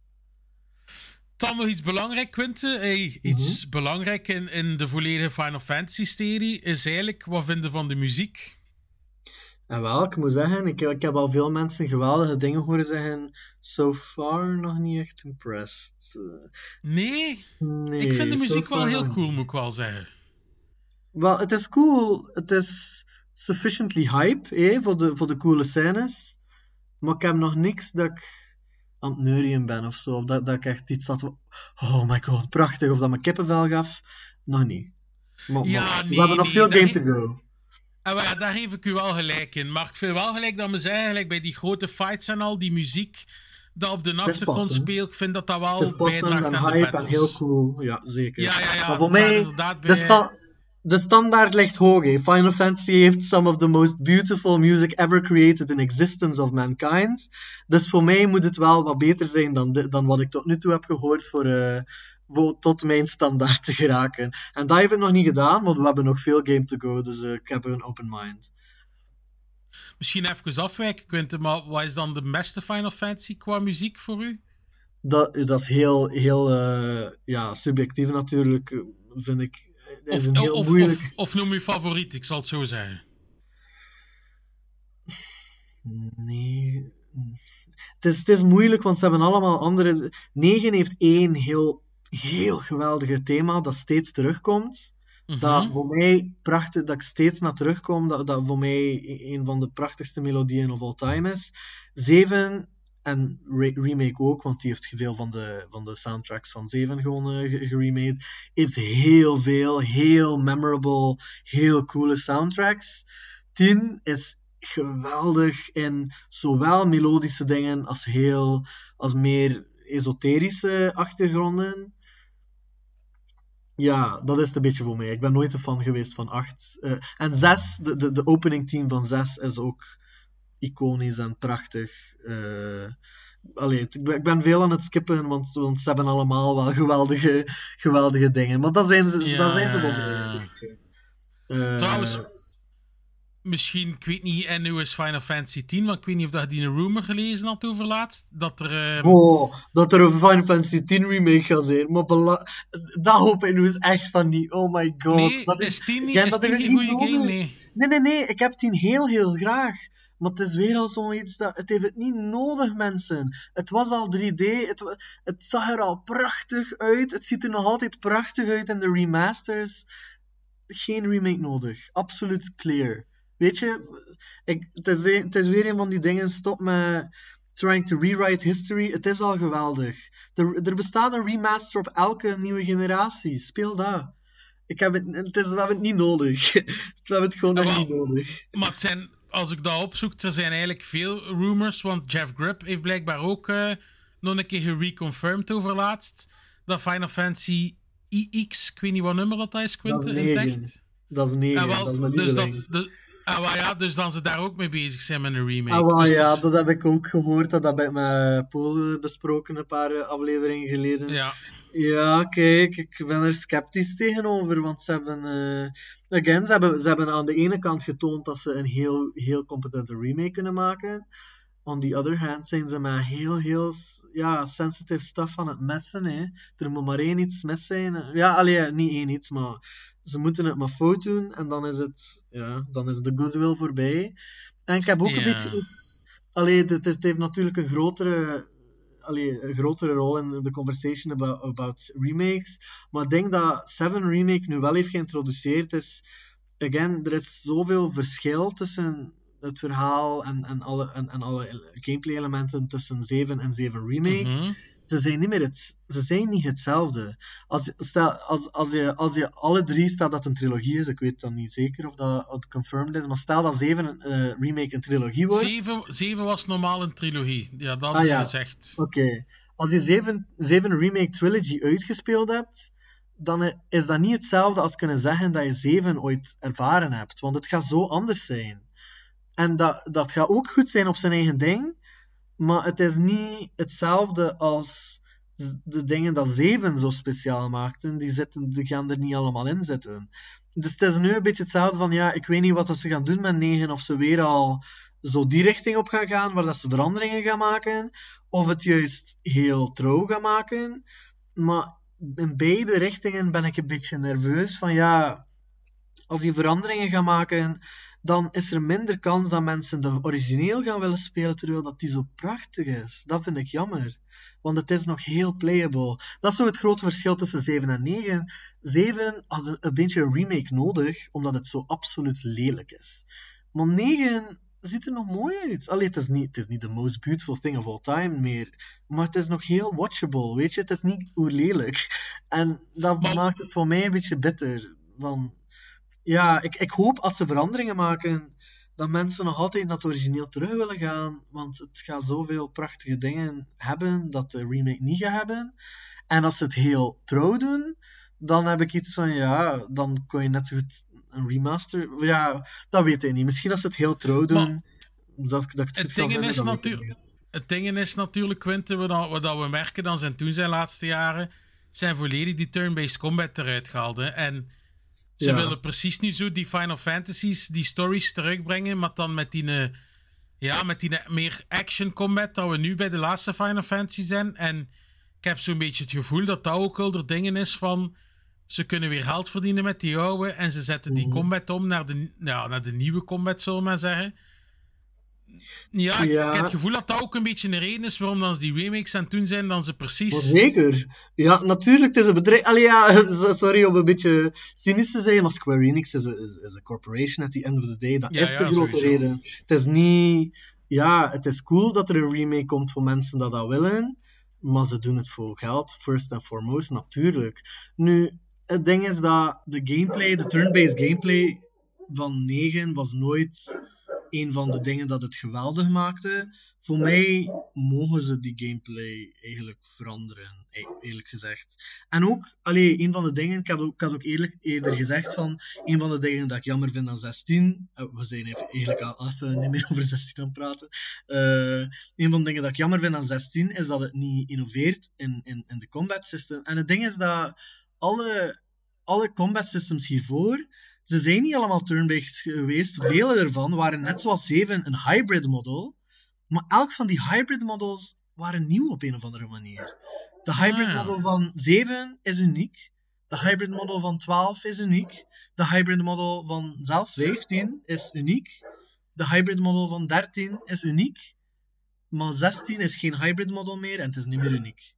Dan nog iets belangrijk, Quinte. Iets belangrijk in de volledige Final Fantasy-serie is eigenlijk, wat vinden van de muziek? En wel, ik moet zeggen, ik heb al veel mensen geweldige dingen horen zeggen. So far nog niet echt impressed. Nee, ik vind de muziek wel heel cool, moet ik wel zeggen. Wel, het is cool. Het is sufficiently hype, voor de coole scènes. Maar ik heb nog niks dat ik aan het neurien ben of zo. Of dat ik echt iets had van... Oh my god, prachtig. Of dat me kippenvel gaf. Nog niet. Maar we hebben nog veel game to go. En ja, daar geef ik u wel gelijk in. Maar ik vind wel gelijk dat we zeggen, gelijk bij die grote fights en al, die muziek dat op de achtergrond speelt, ik vind dat dat wel bijdraagt aan de hype battles. en heel cool, ja, zeker. Ja. Maar voor mij, de standaard ligt hoog. Hè. Final Fantasy heeft some of the most beautiful music ever created in existence of mankind. Dus voor mij moet het wel wat beter zijn dan wat ik tot nu toe heb gehoord voor tot mijn standaard te geraken. En dat heb ik nog niet gedaan, want we hebben nog veel game to go, dus ik heb een open mind. Misschien even afwijken, Quinten, maar wat is dan de beste Final Fantasy qua muziek voor u? Dat is heel subjectief natuurlijk, vind ik. Of noem je favoriet, ik zal het zo zeggen. Nee. Het is moeilijk, want ze hebben allemaal andere... 9 heeft één heel geweldige thema dat steeds terugkomt. Dat voor mij prachtig, dat ik steeds naar terugkom, dat voor mij een van de prachtigste melodieën of all time is. 7 en remake ook, want die heeft veel van de soundtracks van 7 gewoon geremade. Heeft heel veel, heel memorable, heel coole soundtracks. 10 is geweldig in zowel melodische dingen als meer esoterische achtergronden. Ja, dat is het een beetje voor mij. Ik ben nooit een fan geweest van 8. En 6, de opening team van 6 is ook iconisch en prachtig. Ik ben veel aan het skippen, want ze hebben allemaal wel geweldige dingen. Maar dat zijn ze voor mij een beetje. Trouwens, misschien, ik weet niet, en nu is Final Fantasy 10, want ik weet niet of je die een rumor gelezen had over laatst, dat er een Final Fantasy 10 remake gaat zijn, maar dat hoop ik nu eens echt van niet. Oh my god. Nee, is 10 niet een goede game? Nee, ik heb 10 heel graag. Maar het is weer al zoiets dat... Het heeft het niet nodig, mensen. Het was al 3D. Het zag er al prachtig uit. Het ziet er nog altijd prachtig uit in de remasters. Geen remake nodig. Absoluut clear. Weet je, het is weer een van die dingen. Stop met trying to rewrite history. Het is al geweldig. Er bestaat een remaster op elke nieuwe generatie. Speel dat. We hebben het niet nodig. We hebben het gewoon echt niet nodig. Maar als ik dat opzoek, er zijn eigenlijk veel rumors, want Jeff Grubb heeft blijkbaar ook nog een keer gereconfirmed over laatst, dat Final Fantasy IX, ik weet niet wat nummer dat is, Quinten, in het echt. Dat is 9, dat is mijn lieveling. Dus dan ze daar ook mee bezig zijn met een remake. Dat heb ik ook gehoord, dat heb ik met Paul besproken een paar afleveringen geleden. Ja, kijk, ik ben er sceptisch tegenover, want ze hebben aan de ene kant getoond dat ze een heel competente remake kunnen maken. On the other hand zijn ze met heel sensitive stuff aan het messen. Hè. Er moet maar één iets mis zijn. Niet één iets, maar ze moeten het maar fout doen en dan is de goodwill voorbij. En ik heb ook een beetje iets... Het heeft natuurlijk een grotere rol in de conversation about remakes. Maar ik denk dat 7 Remake nu wel heeft geïntroduceerd is... Again, er is zoveel verschil tussen het verhaal en alle gameplay-elementen tussen 7 en 7 Remake. Ze zijn niet hetzelfde. Als je alle 3 staat dat een trilogie is, ik weet dan niet zeker of dat confirmed is, maar stel dat 7 remake een trilogie wordt... 7 was normaal een trilogie, ja, dat is gezegd. Oké. Als je 7 remake trilogy uitgespeeld hebt, dan is dat niet hetzelfde als kunnen zeggen dat je 7 ooit ervaren hebt, want het gaat zo anders zijn. En dat gaat ook goed zijn op zijn eigen ding, maar het is niet hetzelfde als de dingen dat 7 zo speciaal maakten. Die gaan er niet allemaal in zitten. Dus het is nu een beetje hetzelfde van, ik weet niet wat ze gaan doen met 9, of ze weer al zo die richting op gaan, waar dat ze veranderingen gaan maken, of het juist heel trouw gaan maken. Maar in beide richtingen ben ik een beetje nerveus van, als die veranderingen gaan maken, dan is er minder kans dat mensen de origineel gaan willen spelen, terwijl dat die zo prachtig is. Dat vind ik jammer. Want het is nog heel playable. Dat is zo het grote verschil tussen 7 en 9. 7 had een beetje een remake nodig, omdat het zo absoluut lelijk is. Maar 9 ziet er nog mooi uit. Het is niet the most beautiful thing of all time meer, maar het is nog heel watchable, weet je. Het is niet oerlelijk. En dat maakt het voor mij een beetje bitter. ja, ik hoop als ze veranderingen maken, dat mensen nog altijd naar het origineel terug willen gaan, want het gaat zoveel prachtige dingen hebben dat de remake niet gaat hebben. En als ze het heel trouw doen, dan heb ik iets van, ja, dan kon je net zo goed een remaster... Ja, dat weet ik niet. Misschien als ze het heel trouw doen, dat ik het goed kan vinden, dan weet ik niet. Het ding is natuurlijk, Quinten, wat we merken dan zijn laatste jaren, zijn volledig die turn-based combat eruit gehaald. Hè. En ze willen precies nu zo die Final Fantasies, die stories terugbrengen, maar dan met die meer action combat dat we nu bij de laatste Final Fantasy zijn. En ik heb zo'n beetje het gevoel dat dat ook wel er dingen is van, ze kunnen weer geld verdienen met die oude en ze zetten die combat om naar de nieuwe combat, zullen we maar zeggen. Ja, ik heb het gevoel dat dat ook een beetje een reden is waarom dan ze die remakes aan het doen zijn, dan ze precies... Maar zeker. Ja, natuurlijk, het is een bedrijf... Allee, ja, sorry om een beetje cynisch te zijn, maar Square Enix is een corporation at the end of the day. Dat is de grote reden. Het is niet... Ja, het is cool dat er een remake komt voor mensen dat willen, maar ze doen het voor geld, first and foremost, natuurlijk. Nu, het ding is dat de gameplay, de turn-based gameplay van 9 was nooit een van de dingen dat het geweldig maakte. Voor mij mogen ze die gameplay eigenlijk veranderen, eerlijk gezegd. En ook, een van de dingen, ik had ook eerder gezegd van, een van de dingen dat ik jammer vind aan 16, we zijn eigenlijk al even niet meer over 16 aan het praten, een van de dingen dat ik jammer vind aan 16 is dat het niet innoveert in de combat system. En het ding is dat alle combat systems hiervoor, ze zijn niet allemaal turn-based geweest. Vele ervan waren net zoals 7 een hybrid model. Maar elk van die hybrid models waren nieuw op een of andere manier. De hybrid model van 7 is uniek. De hybrid model van 12 is uniek. De hybrid model van zelf 15 is uniek. De hybrid model van 13 is uniek. Maar 16 is geen hybrid model meer en het is niet meer uniek.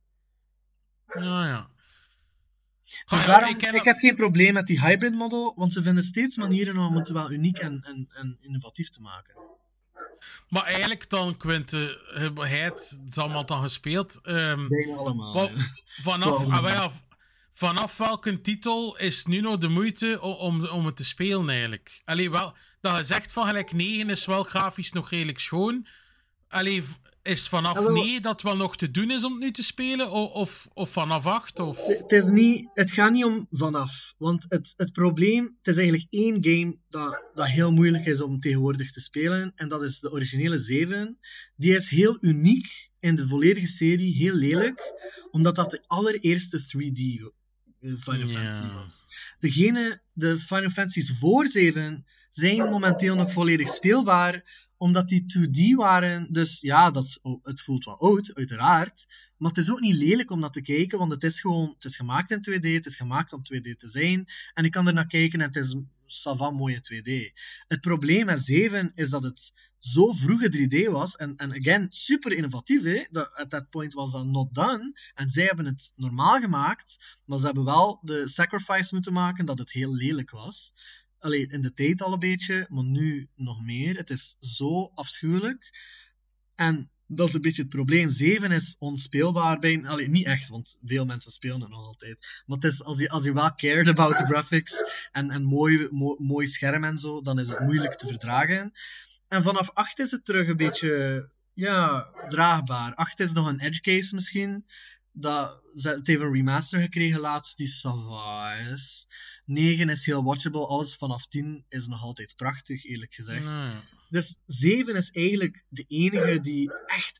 Ja. Dus daarom, ik heb geen probleem met die hybrid model, want ze vinden steeds manieren om het wel uniek en innovatief te maken. Maar eigenlijk dan, Quinten, hij het allemaal dan gespeeld. Bijna allemaal. Vanaf welke titel is nu nog de moeite om het te spelen eigenlijk? Allee, wel, dat je zegt van gelijk 9 is wel grafisch nog redelijk schoon. Allee, is vanaf 9 dat wel nog te doen is om het nu te spelen? Of vanaf 8? Of? Het gaat niet om vanaf. Want het probleem, het is eigenlijk één game dat heel moeilijk is om tegenwoordig te spelen. En dat is de originele 7. Die is heel uniek in de volledige serie, heel lelijk. Omdat dat de allereerste 3D Final Fantasy was. De Final Fantasies voor 7 zijn momenteel nog volledig speelbaar, omdat die 2D waren. Dus ja, het voelt wel oud, uiteraard. Maar het is ook niet lelijk om dat te kijken, want het is gemaakt in 2D, het is gemaakt om 2D te zijn. En ik kan er naar kijken en het is savant mooie 2D. Het probleem met 7 is dat het zo vroege 3D was. En again, super innovatief. Hè? At that point was dat not done. En zij hebben het normaal gemaakt, maar ze hebben wel de sacrifice moeten maken dat het heel lelijk was. Allee, in de tijd al een beetje, maar nu nog meer. Het is zo afschuwelijk. En dat is een beetje het probleem. 7 is onspeelbaar bijna. Allee, niet echt, want veel mensen spelen het nog altijd. Maar het is, als je wel cared about the graphics en mooi scherm en zo, dan is het moeilijk te verdragen. En vanaf 8 is het terug een beetje draagbaar. 8 is nog een edge case misschien. Het heeft een remaster gekregen laatst, die sava is. 9 is heel watchable, alles vanaf 10 is nog altijd prachtig, eerlijk gezegd. Dus 7 is eigenlijk de enige die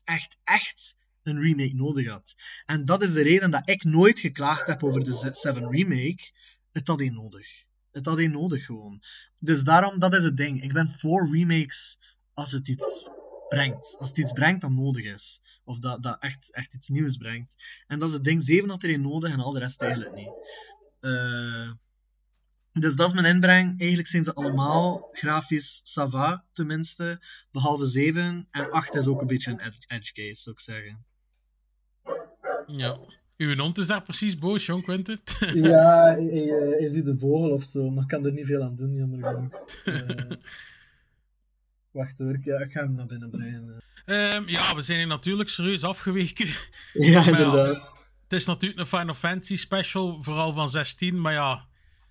echt een remake nodig had. En dat is de reden dat ik nooit geklaagd heb over de 7 remake. Het had één nodig. Het had één nodig gewoon. Dus daarom, dat is het ding. Ik ben voor remakes als het iets brengt. Als het iets brengt dat nodig is. Of dat echt iets nieuws brengt. En dat is het ding. 7 had er één nodig en al de rest eigenlijk niet. Dus dat is mijn inbreng. Eigenlijk zijn ze allemaal grafisch sava, tenminste. Behalve 7. En 8 is ook een beetje een edge case, zou ik zeggen. Ja. Uw hond is daar precies boos, John Quinten. Ja, hij ziet de vogel of zo, maar ik kan er niet veel aan doen, jammer genoeg. Wacht hoor, ik ga hem naar binnen brengen. We zijn hier natuurlijk serieus afgeweken. Ja, inderdaad. Het is natuurlijk een Final Fantasy special, vooral van 16, maar ja,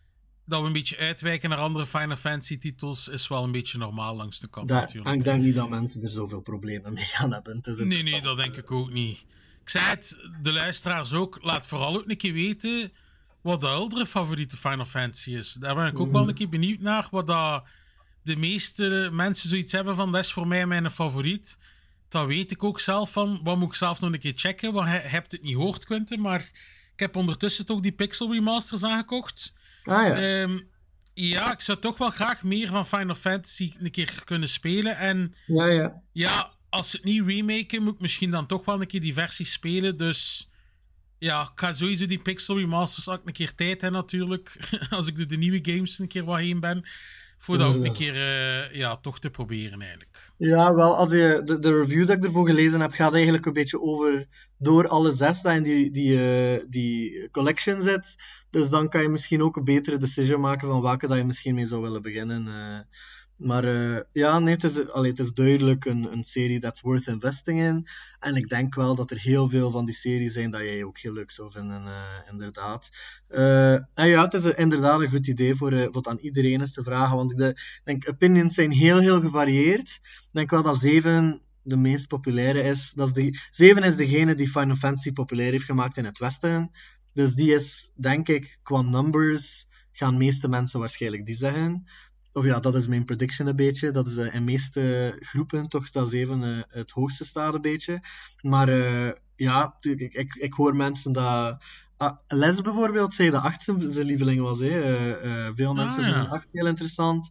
dat we een beetje uitwijken naar andere Final Fantasy titels is wel een beetje normaal langs de kant En natuurlijk. ik denk niet dat mensen er zoveel problemen mee gaan hebben. Het is Nee, interessant. dat denk ik ook niet. Ik zei het, de luisteraars ook, laat vooral ook een keer weten wat de oudere favoriete Final Fantasy is. Daar ben ik ook wel een keer benieuwd naar, wat dat de meeste mensen zoiets hebben van, dat is voor mij mijn favoriet. Dat weet ik ook zelf van, wat moet ik zelf nog een keer checken, want je hebt het niet gehoord, Quinten, maar ik heb ondertussen toch die Pixel Remasters aangekocht. Ah ja. Ja, ik zou toch wel graag meer van Final Fantasy een keer kunnen spelen. En Ja. als ze het niet remaken, moet ik misschien dan toch wel een keer die versie spelen. Dus ja, ik ga sowieso die Pixel Remasters ook een keer tijd hebben natuurlijk. Als ik door de nieuwe games een keer wat heen ben. Voor dat ook een keer toch te proberen eigenlijk. Ja, wel, als je de review dat ik ervoor gelezen heb, gaat eigenlijk een beetje over door alle 6 dat in die collection zit. Dus dan kan je misschien ook een betere decision maken van welke dat je misschien mee zou willen beginnen. Maar nee, het is duidelijk een serie that's worth investing in. En ik denk wel dat er heel veel van die series zijn dat jij ook heel leuk zou vinden, inderdaad. Het is inderdaad een goed idee voor het aan iedereen eens te vragen, want ik denk, opinions zijn heel, heel gevarieerd. Ik denk wel dat 7 de meest populaire is. 7 is degene die Final Fantasy populair heeft gemaakt in het Westen. Dus die is, denk ik, qua numbers, gaan de meeste mensen waarschijnlijk die zeggen. Of ja, dat is mijn prediction een beetje. Dat is in de meeste groepen toch dat 7 het hoogste staat een beetje. Maar ik hoor mensen dat... Les bijvoorbeeld zei dat 8 zijn lieveling was. Veel mensen vinden 8 heel interessant.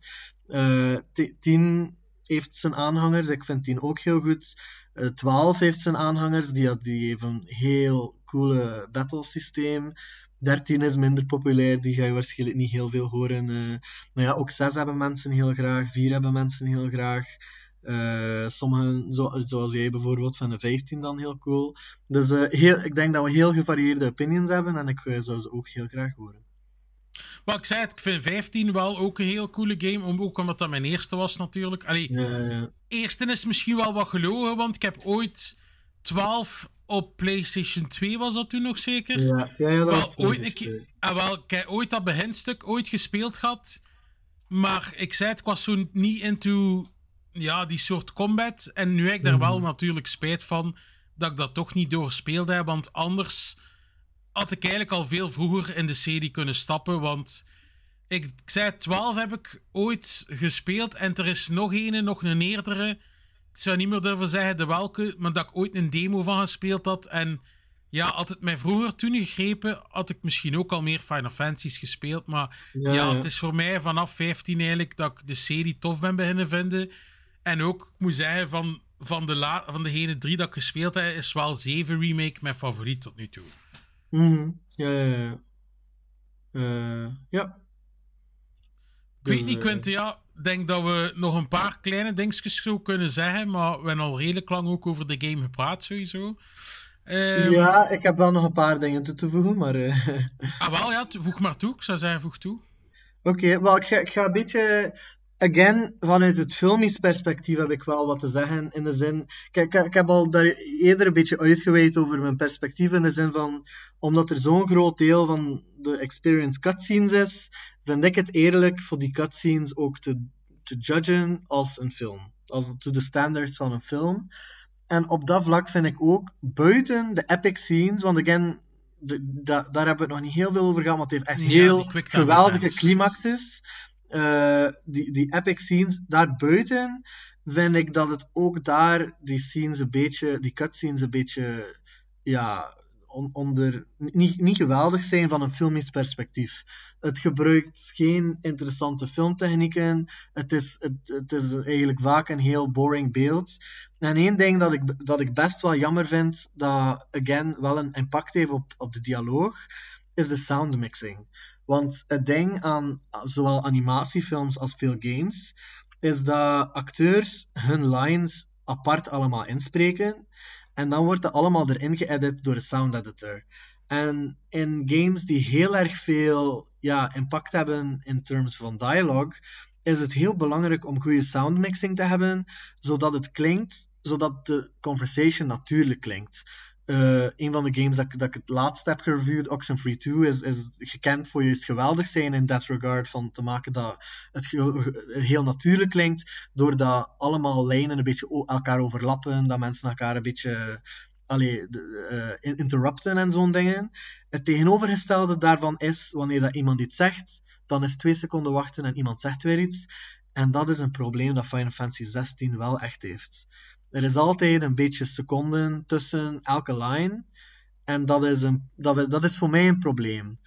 10 heeft zijn aanhangers. Ik vind 10 ook heel goed. 12 heeft zijn aanhangers. Die heeft een heel coole battle systeem. 13 is minder populair, die ga je waarschijnlijk niet heel veel horen. Maar ja, ook 6 hebben mensen heel graag, 4 hebben mensen heel graag. Sommigen, zoals jij bijvoorbeeld, van de 15 dan heel cool. Dus ik denk dat we heel gevarieerde opinions hebben en ik zou ze ook heel graag horen. Maar ik zei het, ik vind 15 wel ook een heel coole game, ook omdat dat mijn eerste was natuurlijk. Eerste is misschien wel wat gelogen, want ik heb ooit 12... op PlayStation 2 was dat toen nog zeker? Ja, dat was ooit een keer. Ik heb ooit dat beginstuk gespeeld gehad. Maar ik zei het, ik was zo niet into die soort combat. En nu heb ik daar wel natuurlijk spijt van dat ik dat toch niet doorgespeeld heb. Want anders had ik eigenlijk al veel vroeger in de serie kunnen stappen. Want ik zei 12 heb ik ooit gespeeld. En er is nog een eerdere. Ik zou niet meer durven zeggen de welke, maar dat ik ooit een demo van gespeeld had. En ja, had het mij vroeger toen gegrepen, had ik misschien ook al meer Final Fantasies gespeeld. Maar het is voor mij vanaf 15 eigenlijk dat ik de serie tof ben beginnen vinden. En ook, ik moet zeggen, van degene 3 dat ik gespeeld heb, is wel 7 Remake mijn favoriet tot nu toe. Ja. Ik weet niet, Quinten, ik denk dat we nog een paar kleine dingetjes zo kunnen zeggen, maar we hebben al redelijk lang ook over de game gepraat, sowieso. Ik heb wel nog een paar dingen toe te voegen, maar... voeg maar toe. Ik zou zeggen, voeg toe. Oké, wel, ik ga een beetje... Again, vanuit het filmisch perspectief heb ik wel wat te zeggen. In de zin... Ik heb al daar eerder een beetje uitgeweid over mijn perspectief. In de zin van... Omdat er zo'n groot deel van de experience cutscenes is, vind ik het eerlijk voor die cutscenes ook te judgen als een film. Als to de standards van een film. En op dat vlak vind ik ook, buiten de epic scenes, want again... daar hebben we het nog niet heel veel over gehad, maar het heeft echt heel geweldige climaxes. Die epic scenes, daarbuiten vind ik dat het ook daar die cutscenes een beetje niet geweldig zijn van een filmisch perspectief. Het gebruikt geen interessante filmtechnieken. Het is eigenlijk vaak een heel boring beeld. En één ding dat ik best wel jammer vind, dat again wel een impact heeft op de dialoog, is de soundmixing. Want het ding aan zowel animatiefilms als veel games, is dat acteurs hun lines apart allemaal inspreken. En dan wordt het allemaal erin geëdit door een sound editor. En in games die heel erg veel impact hebben in terms van dialogue, is het heel belangrijk om goede soundmixing te hebben, zodat het klinkt, zodat de conversation natuurlijk klinkt. een van de games dat ik het laatst heb gereviewd, Oxenfree 2, is gekend voor juist geweldig zijn in that regard, van te maken dat het heel natuurlijk klinkt, doordat allemaal lijnen een beetje elkaar overlappen, dat mensen elkaar een beetje interrupten en zo'n dingen. Het tegenovergestelde daarvan is, wanneer dat iemand iets zegt, dan is 2 seconden wachten en iemand zegt weer iets. En dat is een probleem dat Final Fantasy 16 wel echt heeft. Er is altijd een beetje seconden tussen elke line. En dat is voor mij een probleem.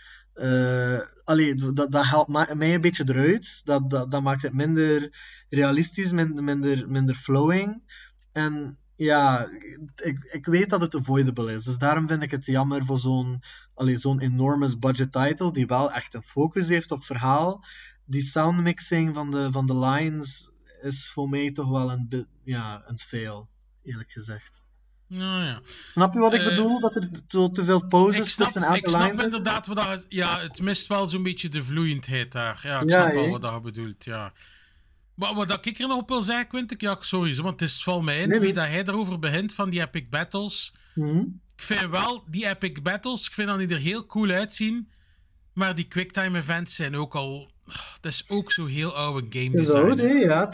Dat haalt mij een beetje eruit. Dat maakt het minder realistisch, minder flowing. En ja, ik weet dat het avoidable is. Dus daarom vind ik het jammer voor zo'n enormous budget title, die wel echt een focus heeft op verhaal. Die soundmixing van de lines is voor mij toch wel een fail, eerlijk gezegd. Nou ja. Snap je wat ik bedoel? Dat er te veel pauses tussen elke line Ik snap inderdaad wat het mist wel zo'n beetje de vloeiendheid daar. Ja, ik snap wel wat je bedoelt, ja. Maar wat ik er nog op wil zeggen, Quinten, want het valt mij in, wie dat hij erover begint van die epic battles. Mm-hmm. Ik vind wel, die epic battles, ik vind dat die er heel cool uitzien, maar die quicktime events zijn ook al... Dat is ook zo heel oude game design. Het is oud, ja.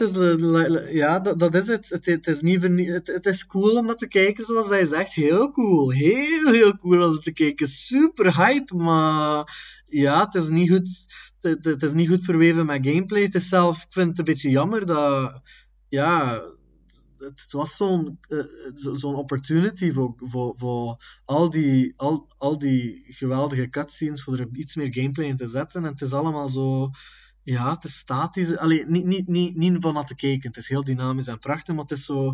Dat is het. Het is cool om dat te kijken, zoals hij zegt. Heel cool. Heel cool om dat te kijken. Super hype, maar... Ja, het is niet goed... Het is niet goed verweven met gameplay. Het is zelf... Ik vind het een beetje jammer dat... Ja... Het was zo'n opportunity voor al die geweldige cutscenes, voor er iets meer gameplay in te zetten. En het is allemaal zo... Ja, het is statisch. Niet van aan te kijken. Het is heel dynamisch en prachtig, maar het is zo...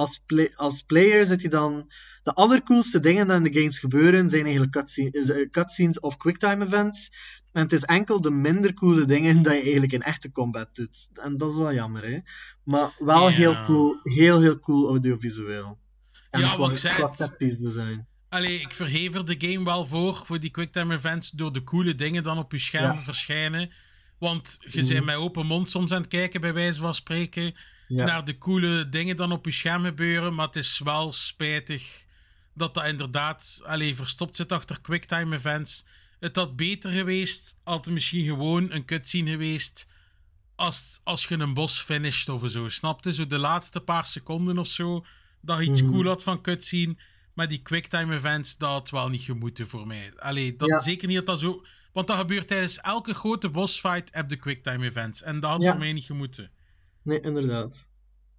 Als player zit je dan... De allercoolste dingen die in de games gebeuren zijn eigenlijk cutscenes of quicktime events. En het is enkel de minder coole dingen dat je eigenlijk in echte combat doet. En dat is wel jammer, hè. Maar wel heel cool. Heel cool audiovisueel. En qua setpiece design. Ik verhever de game wel voor die quicktime events, door de coole dingen dan op je scherm verschijnen. Want je bent met open mond soms aan het kijken, bij wijze van spreken, naar de coole dingen dan op je scherm gebeuren. Maar het is wel spijtig dat inderdaad verstopt zit achter quicktime events. Het had beter geweest, had het misschien gewoon een cutscene geweest als je een bos finisht of zo. Snapte? Zo de laatste paar seconden of zo, dat je iets cool had van cutscene. Maar die quicktime events, dat had wel niet gemoeten voor mij. Zeker niet dat zo... Want dat gebeurt tijdens elke grote bossfight heb de quicktime events. En dat had voor mij niet gemoeten. Nee, inderdaad.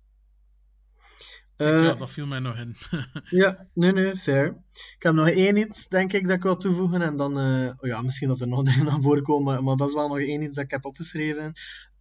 Dat viel mij nog in. Nee, fair. Ik heb nog één iets, denk ik, dat ik wil toevoegen. En dan... misschien dat er nog dingen aan voorkomen. Maar dat is wel nog één iets dat ik heb opgeschreven.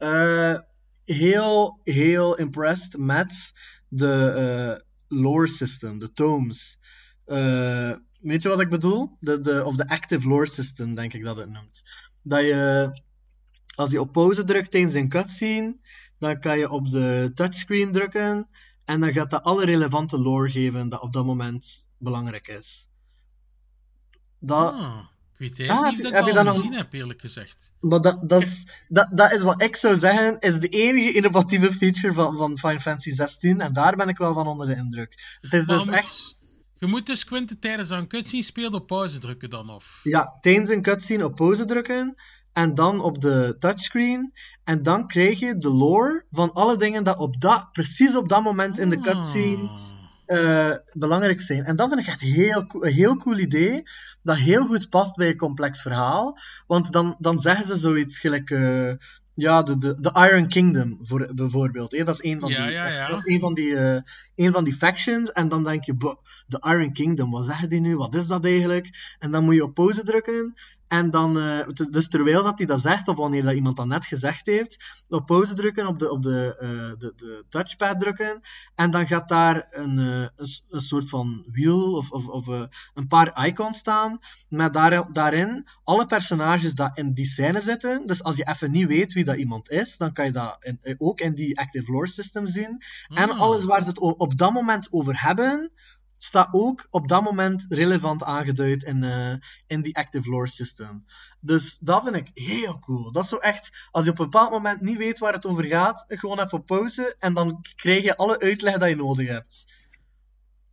Heel impressed met de lore system. De tomes. Weet je wat ik bedoel? De active lore system, denk ik dat het noemt. Dat je... Als je op pauze drukt tijdens een cutscene, dan kan je op de touchscreen drukken... En dan gaat dat alle relevante lore geven dat op dat moment belangrijk is. Ik weet eigenlijk niet of ik dat al gezien heb, eerlijk gezegd. Maar dat is wat ik zou zeggen, is de enige innovatieve feature van Final Fantasy 16. En daar ben ik wel van onder de indruk. Het is dus echt... Je moet dus, Quinten, tijdens een cutscene spelen op pauze drukken dan, of? Ja, tijdens een cutscene op pauze drukken. En dan op de touchscreen. En dan krijg je de lore van alle dingen dat precies op dat moment in de cutscene belangrijk zijn. En dat vind ik echt een heel cool idee. Dat heel goed past bij een complex verhaal. Want dan zeggen ze zoiets gelijk... de Iron Kingdom, bijvoorbeeld. Dat is een van Dat is een van die factions. En dan denk je... De Iron Kingdom, wat zeggen die nu? Wat is dat eigenlijk? En dan moet je op pauze drukken... En dan, dus terwijl dat hij dat zegt, of wanneer dat iemand dat net gezegd heeft, op pauze drukken, op de touchpad drukken, en dan gaat daar een soort van wiel of een paar icons staan, met daarin alle personages die in die scène zitten. Dus als je even niet weet wie dat iemand is, dan kan je dat ook in die Active Lore System zien. En alles waar ze het op dat moment over hebben, staat ook op dat moment relevant aangeduid in die Active Lore System. Dus dat vind ik heel cool. Dat is zo echt, als je op een bepaald moment niet weet waar het over gaat, gewoon even op pauze en dan krijg je alle uitleg dat je nodig hebt.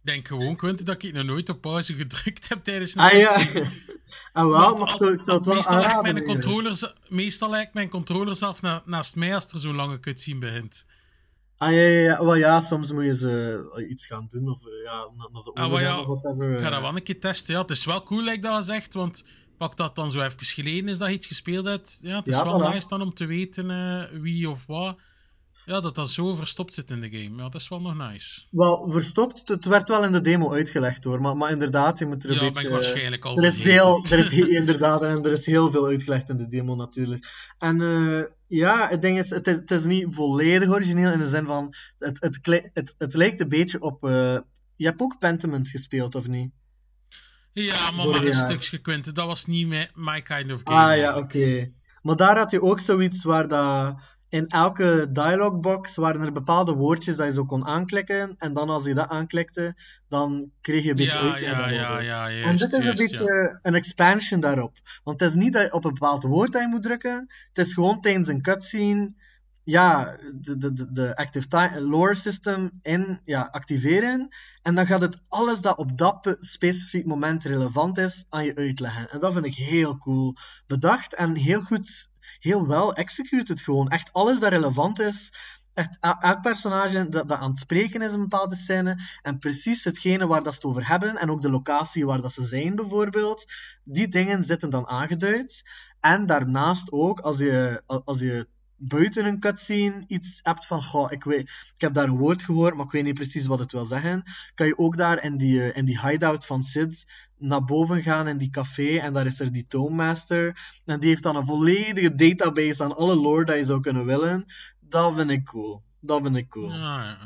denk gewoon, Quinten, dat ik nog nooit op pauze gedrukt heb tijdens een Ah ja. cutscene. Ah, wel, Want maar ik zou het wel aanraden. Meestal lijkt mijn controller zelf naast mij als er zo'n lange cutscene begint. Ah ja. Wel ja, soms moet je ze iets gaan doen of naar de overgang of whatever. Ik ga dat wel een keer testen. Ja, het is wel cool, like dat je zegt, want pak dat dan zo even geleden is dat je iets gespeeld hebt. Ja, het is wel nice dan om te weten wie of wat. Ja, dat zo verstopt zit in de game. Ja, dat is wel nog nice. Wel, verstopt, het werd wel in de demo uitgelegd hoor, maar inderdaad, je moet er een beetje... Ja, ben ik waarschijnlijk al inderdaad, en er is heel veel uitgelegd in de demo natuurlijk. En het ding is, het is niet volledig origineel in de zin van, het lijkt een beetje op... je hebt ook Pentiment gespeeld, of niet? Ja, maar een stukje, Quinten. Dat was niet my kind of game. Ah ja, oké. Maar daar had je ook zoiets waar dat... In elke dialogbox waren er bepaalde woordjes dat je zo kon aanklikken. En dan als je dat aanklikte, dan kreeg je een beetje uitleg. Ja, en dit is een beetje een expansion daarop. Want het is niet dat je op een bepaald woord dat je moet drukken. Het is gewoon tijdens een cutscene de active lore system activeren. En dan gaat het alles dat op dat specifiek moment relevant is aan je uitleggen. En dat vind ik heel cool bedacht en heel goed... Heel wel executed gewoon. Echt alles dat relevant is. Echt elk personage dat aan het spreken is in een bepaalde scène. En precies hetgene waar dat ze het over hebben. En ook de locatie waar dat ze zijn bijvoorbeeld. Die dingen zitten dan aangeduid. En daarnaast ook, als je buiten een cutscene iets hebt van... ik heb daar een woord gehoord, maar ik weet niet precies wat het wil zeggen. Kan je ook daar in die hideout van Sid naar boven gaan in die café. En daar is er die Tomemaster. En die heeft dan een volledige database aan alle lore dat je zou kunnen willen. Dat vind ik cool. Ja.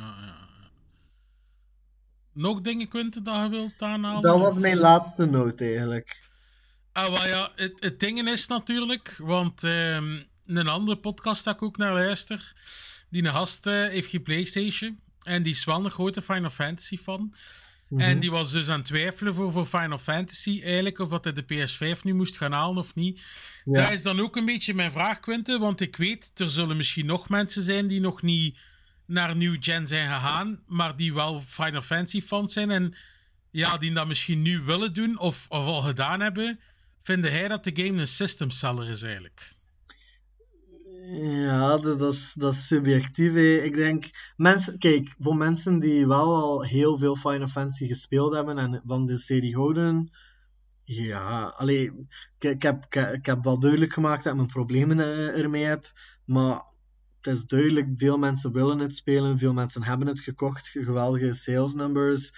Nog dingen, Quinten, dat je wilt aanhalen? Dat was mijn laatste noot eigenlijk. Maar ja, het ding is natuurlijk... Want... een andere podcast dat ik ook naar luister. Die een gast heeft geen PlayStation. En die is wel een grote Final Fantasy fan. Mm-hmm. En die was dus aan het twijfelen voor Final Fantasy eigenlijk. Of dat hij de PS5 nu moest gaan halen of niet. Ja. Dat is dan ook een beetje mijn vraag, Quinten. Want ik weet, er zullen misschien nog mensen zijn die nog niet naar New Gen zijn gegaan. Maar die wel Final Fantasy fans zijn. En ja, die dat misschien nu willen doen of al gedaan hebben. Vind jij dat de game een system seller is eigenlijk? Ja, dat is subjectief. Hè. Ik denk, voor mensen die wel al heel veel Final Fantasy gespeeld hebben en van de serie houden, ja, ik heb wel duidelijk gemaakt dat ik mijn problemen ermee heb, maar het is duidelijk, veel mensen willen het spelen, veel mensen hebben het gekocht, geweldige sales numbers.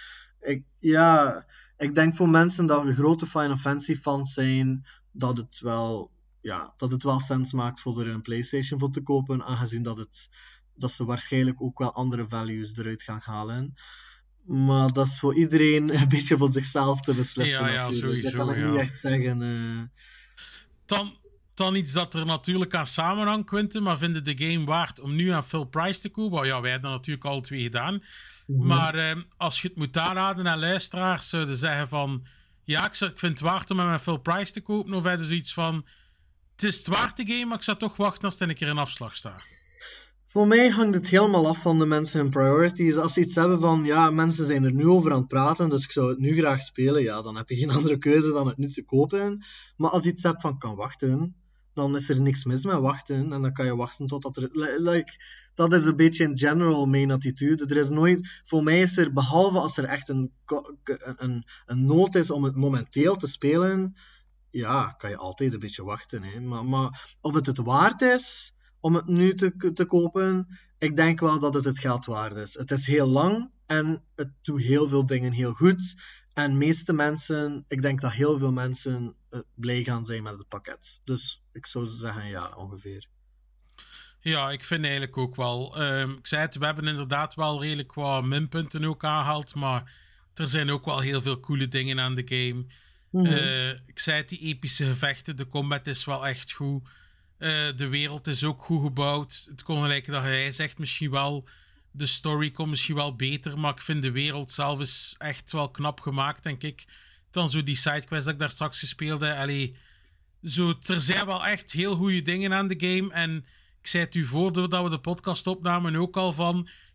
Ik denk voor mensen dat grote Final Fantasy fans zijn, dat het wel sens maakt voor er een PlayStation voor te kopen, aangezien dat ze waarschijnlijk ook wel andere values eruit gaan halen. Maar dat is voor iedereen een beetje voor zichzelf te beslissen. Ja, sowieso. Dat kan ik niet echt zeggen. Dan iets dat er natuurlijk aan samenhangt, Quinten, maar vinden de game waard om nu aan full price te kopen? Ja, wij hebben dat natuurlijk al 2 gedaan. Mm-hmm. Maar als je het moet aanraden aan luisteraars, zouden zeggen van... Ja, ik vind het waard om hem aan full price te kopen. Of hebben zoiets van... Het is het waard de game, maar ik zou toch wachten als het een keer in afslag staat. Voor mij hangt het helemaal af van de mensen hun priorities. Als ze iets hebben van, ja, mensen zijn er nu over aan het praten, dus ik zou het nu graag spelen, ja, dan heb je geen andere keuze dan het nu te kopen. Maar als je iets hebt van, kan wachten, dan is er niks mis met wachten. En dan kan je wachten totdat er... dat is een beetje in general mijn attitude. Er is nooit... Voor mij is er, behalve als er echt een nood is om het momenteel te spelen... Ja, kan je altijd een beetje wachten. Hè. Maar of het waard is om het nu te kopen, ik denk wel dat het geld waard is. Het is heel lang en het doet heel veel dingen heel goed. En meeste mensen, ik denk dat heel veel mensen blij gaan zijn met het pakket. Dus ik zou zeggen ja, ongeveer. Ja, ik vind eigenlijk ook wel. Ik zei het, we hebben inderdaad wel redelijk wat minpunten ook aangehaald, maar er zijn ook wel heel veel coole dingen aan de game. Mm-hmm. Ik zei het, die epische gevechten, de combat is wel echt goed. De wereld is ook goed gebouwd. Het kon gelijk dat hij zegt misschien wel, de story komt misschien wel beter, maar ik vind de wereld zelf is echt wel knap gemaakt, denk ik. Dan zo die sidequest dat ik daar straks gespeeld heb. Er zijn wel echt heel goede dingen aan de game. En ik zei het u voordat we de podcast opnamen ook al van,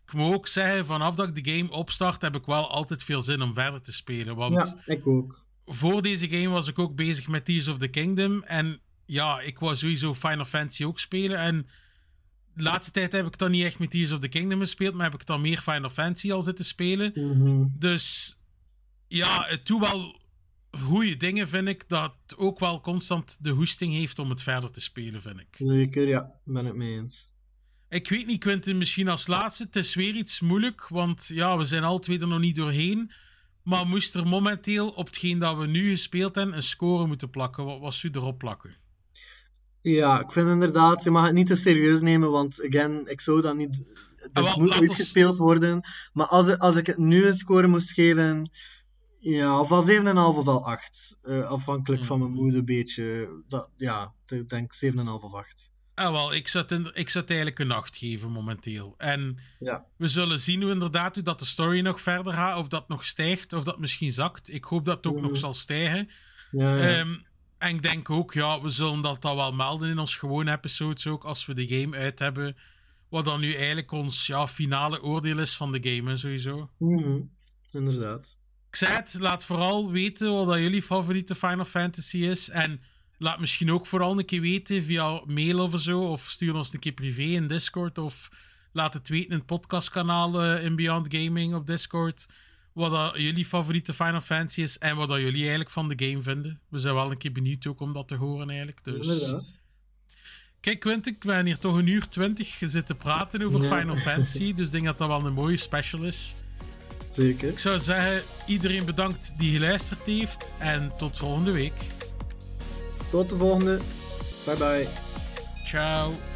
ik moet ook zeggen, vanaf dat ik de game opstart, heb ik wel altijd veel zin om verder te spelen. Want Ja, ik ook. voor deze game was ik ook bezig met Tears of the Kingdom. En ja, ik wou sowieso Final Fantasy ook spelen. En de laatste tijd heb ik dan niet echt met Tears of the Kingdom gespeeld, maar heb ik dan meer Final Fantasy al zitten spelen. Dus ja, het doet wel goede dingen, vind ik, dat het ook wel constant de hoesting heeft om het verder te spelen, vind ik. Zeker, ja. Ben het mee eens. Ik weet niet, Quinten, misschien als laatste. Het is weer iets moeilijk, want ja, we zijn al twee er nog niet doorheen. Maar moest er momenteel op hetgeen dat we nu gespeeld hebben een score moeten plakken, wat was u erop plakken? Ja, ik vind inderdaad, je mag het niet te serieus nemen, want again, ik zou dat niet... Het moet laat uitgespeeld worden. Maar als ik het nu een score moest geven, ja, of wel 7,5 of wel 8. Afhankelijk van mijn moed een beetje. Ik denk 7,5 of 8. Wel, ik zou het eigenlijk een 8 geven momenteel. En Ja. we zullen zien hoe dat de story nog verder gaat, of dat nog stijgt, of dat misschien zakt. Ik hoop dat het ook nog zal stijgen. Ja. En ik denk ook, ja, we zullen dat wel melden in ons gewone episodes ook, als we de game uit hebben. Wat dan nu eigenlijk ons finale oordeel is van de game, hè, sowieso. Inderdaad. Ik zei het, laat vooral weten wat dat jullie favoriete Final Fantasy is. En laat misschien ook vooral een keer weten via mail of zo. Of stuur ons een keer privé in Discord. Of laat het weten in het podcastkanaal in Beyond Gaming op Discord. Wat dat jullie favoriete Final Fantasy is. En wat dat jullie eigenlijk van de game vinden. We zijn wel een keer benieuwd ook om dat te horen eigenlijk. Dus... Inderdaad. Kijk, Quinten, ik ben hier toch 1:20 zitten praten over Final Fantasy. Dus ik denk dat dat wel een mooie special is. Zeker. Ik zou zeggen, iedereen bedankt die geluisterd heeft. En tot volgende week. Tot de volgende. Bye bye. Ciao.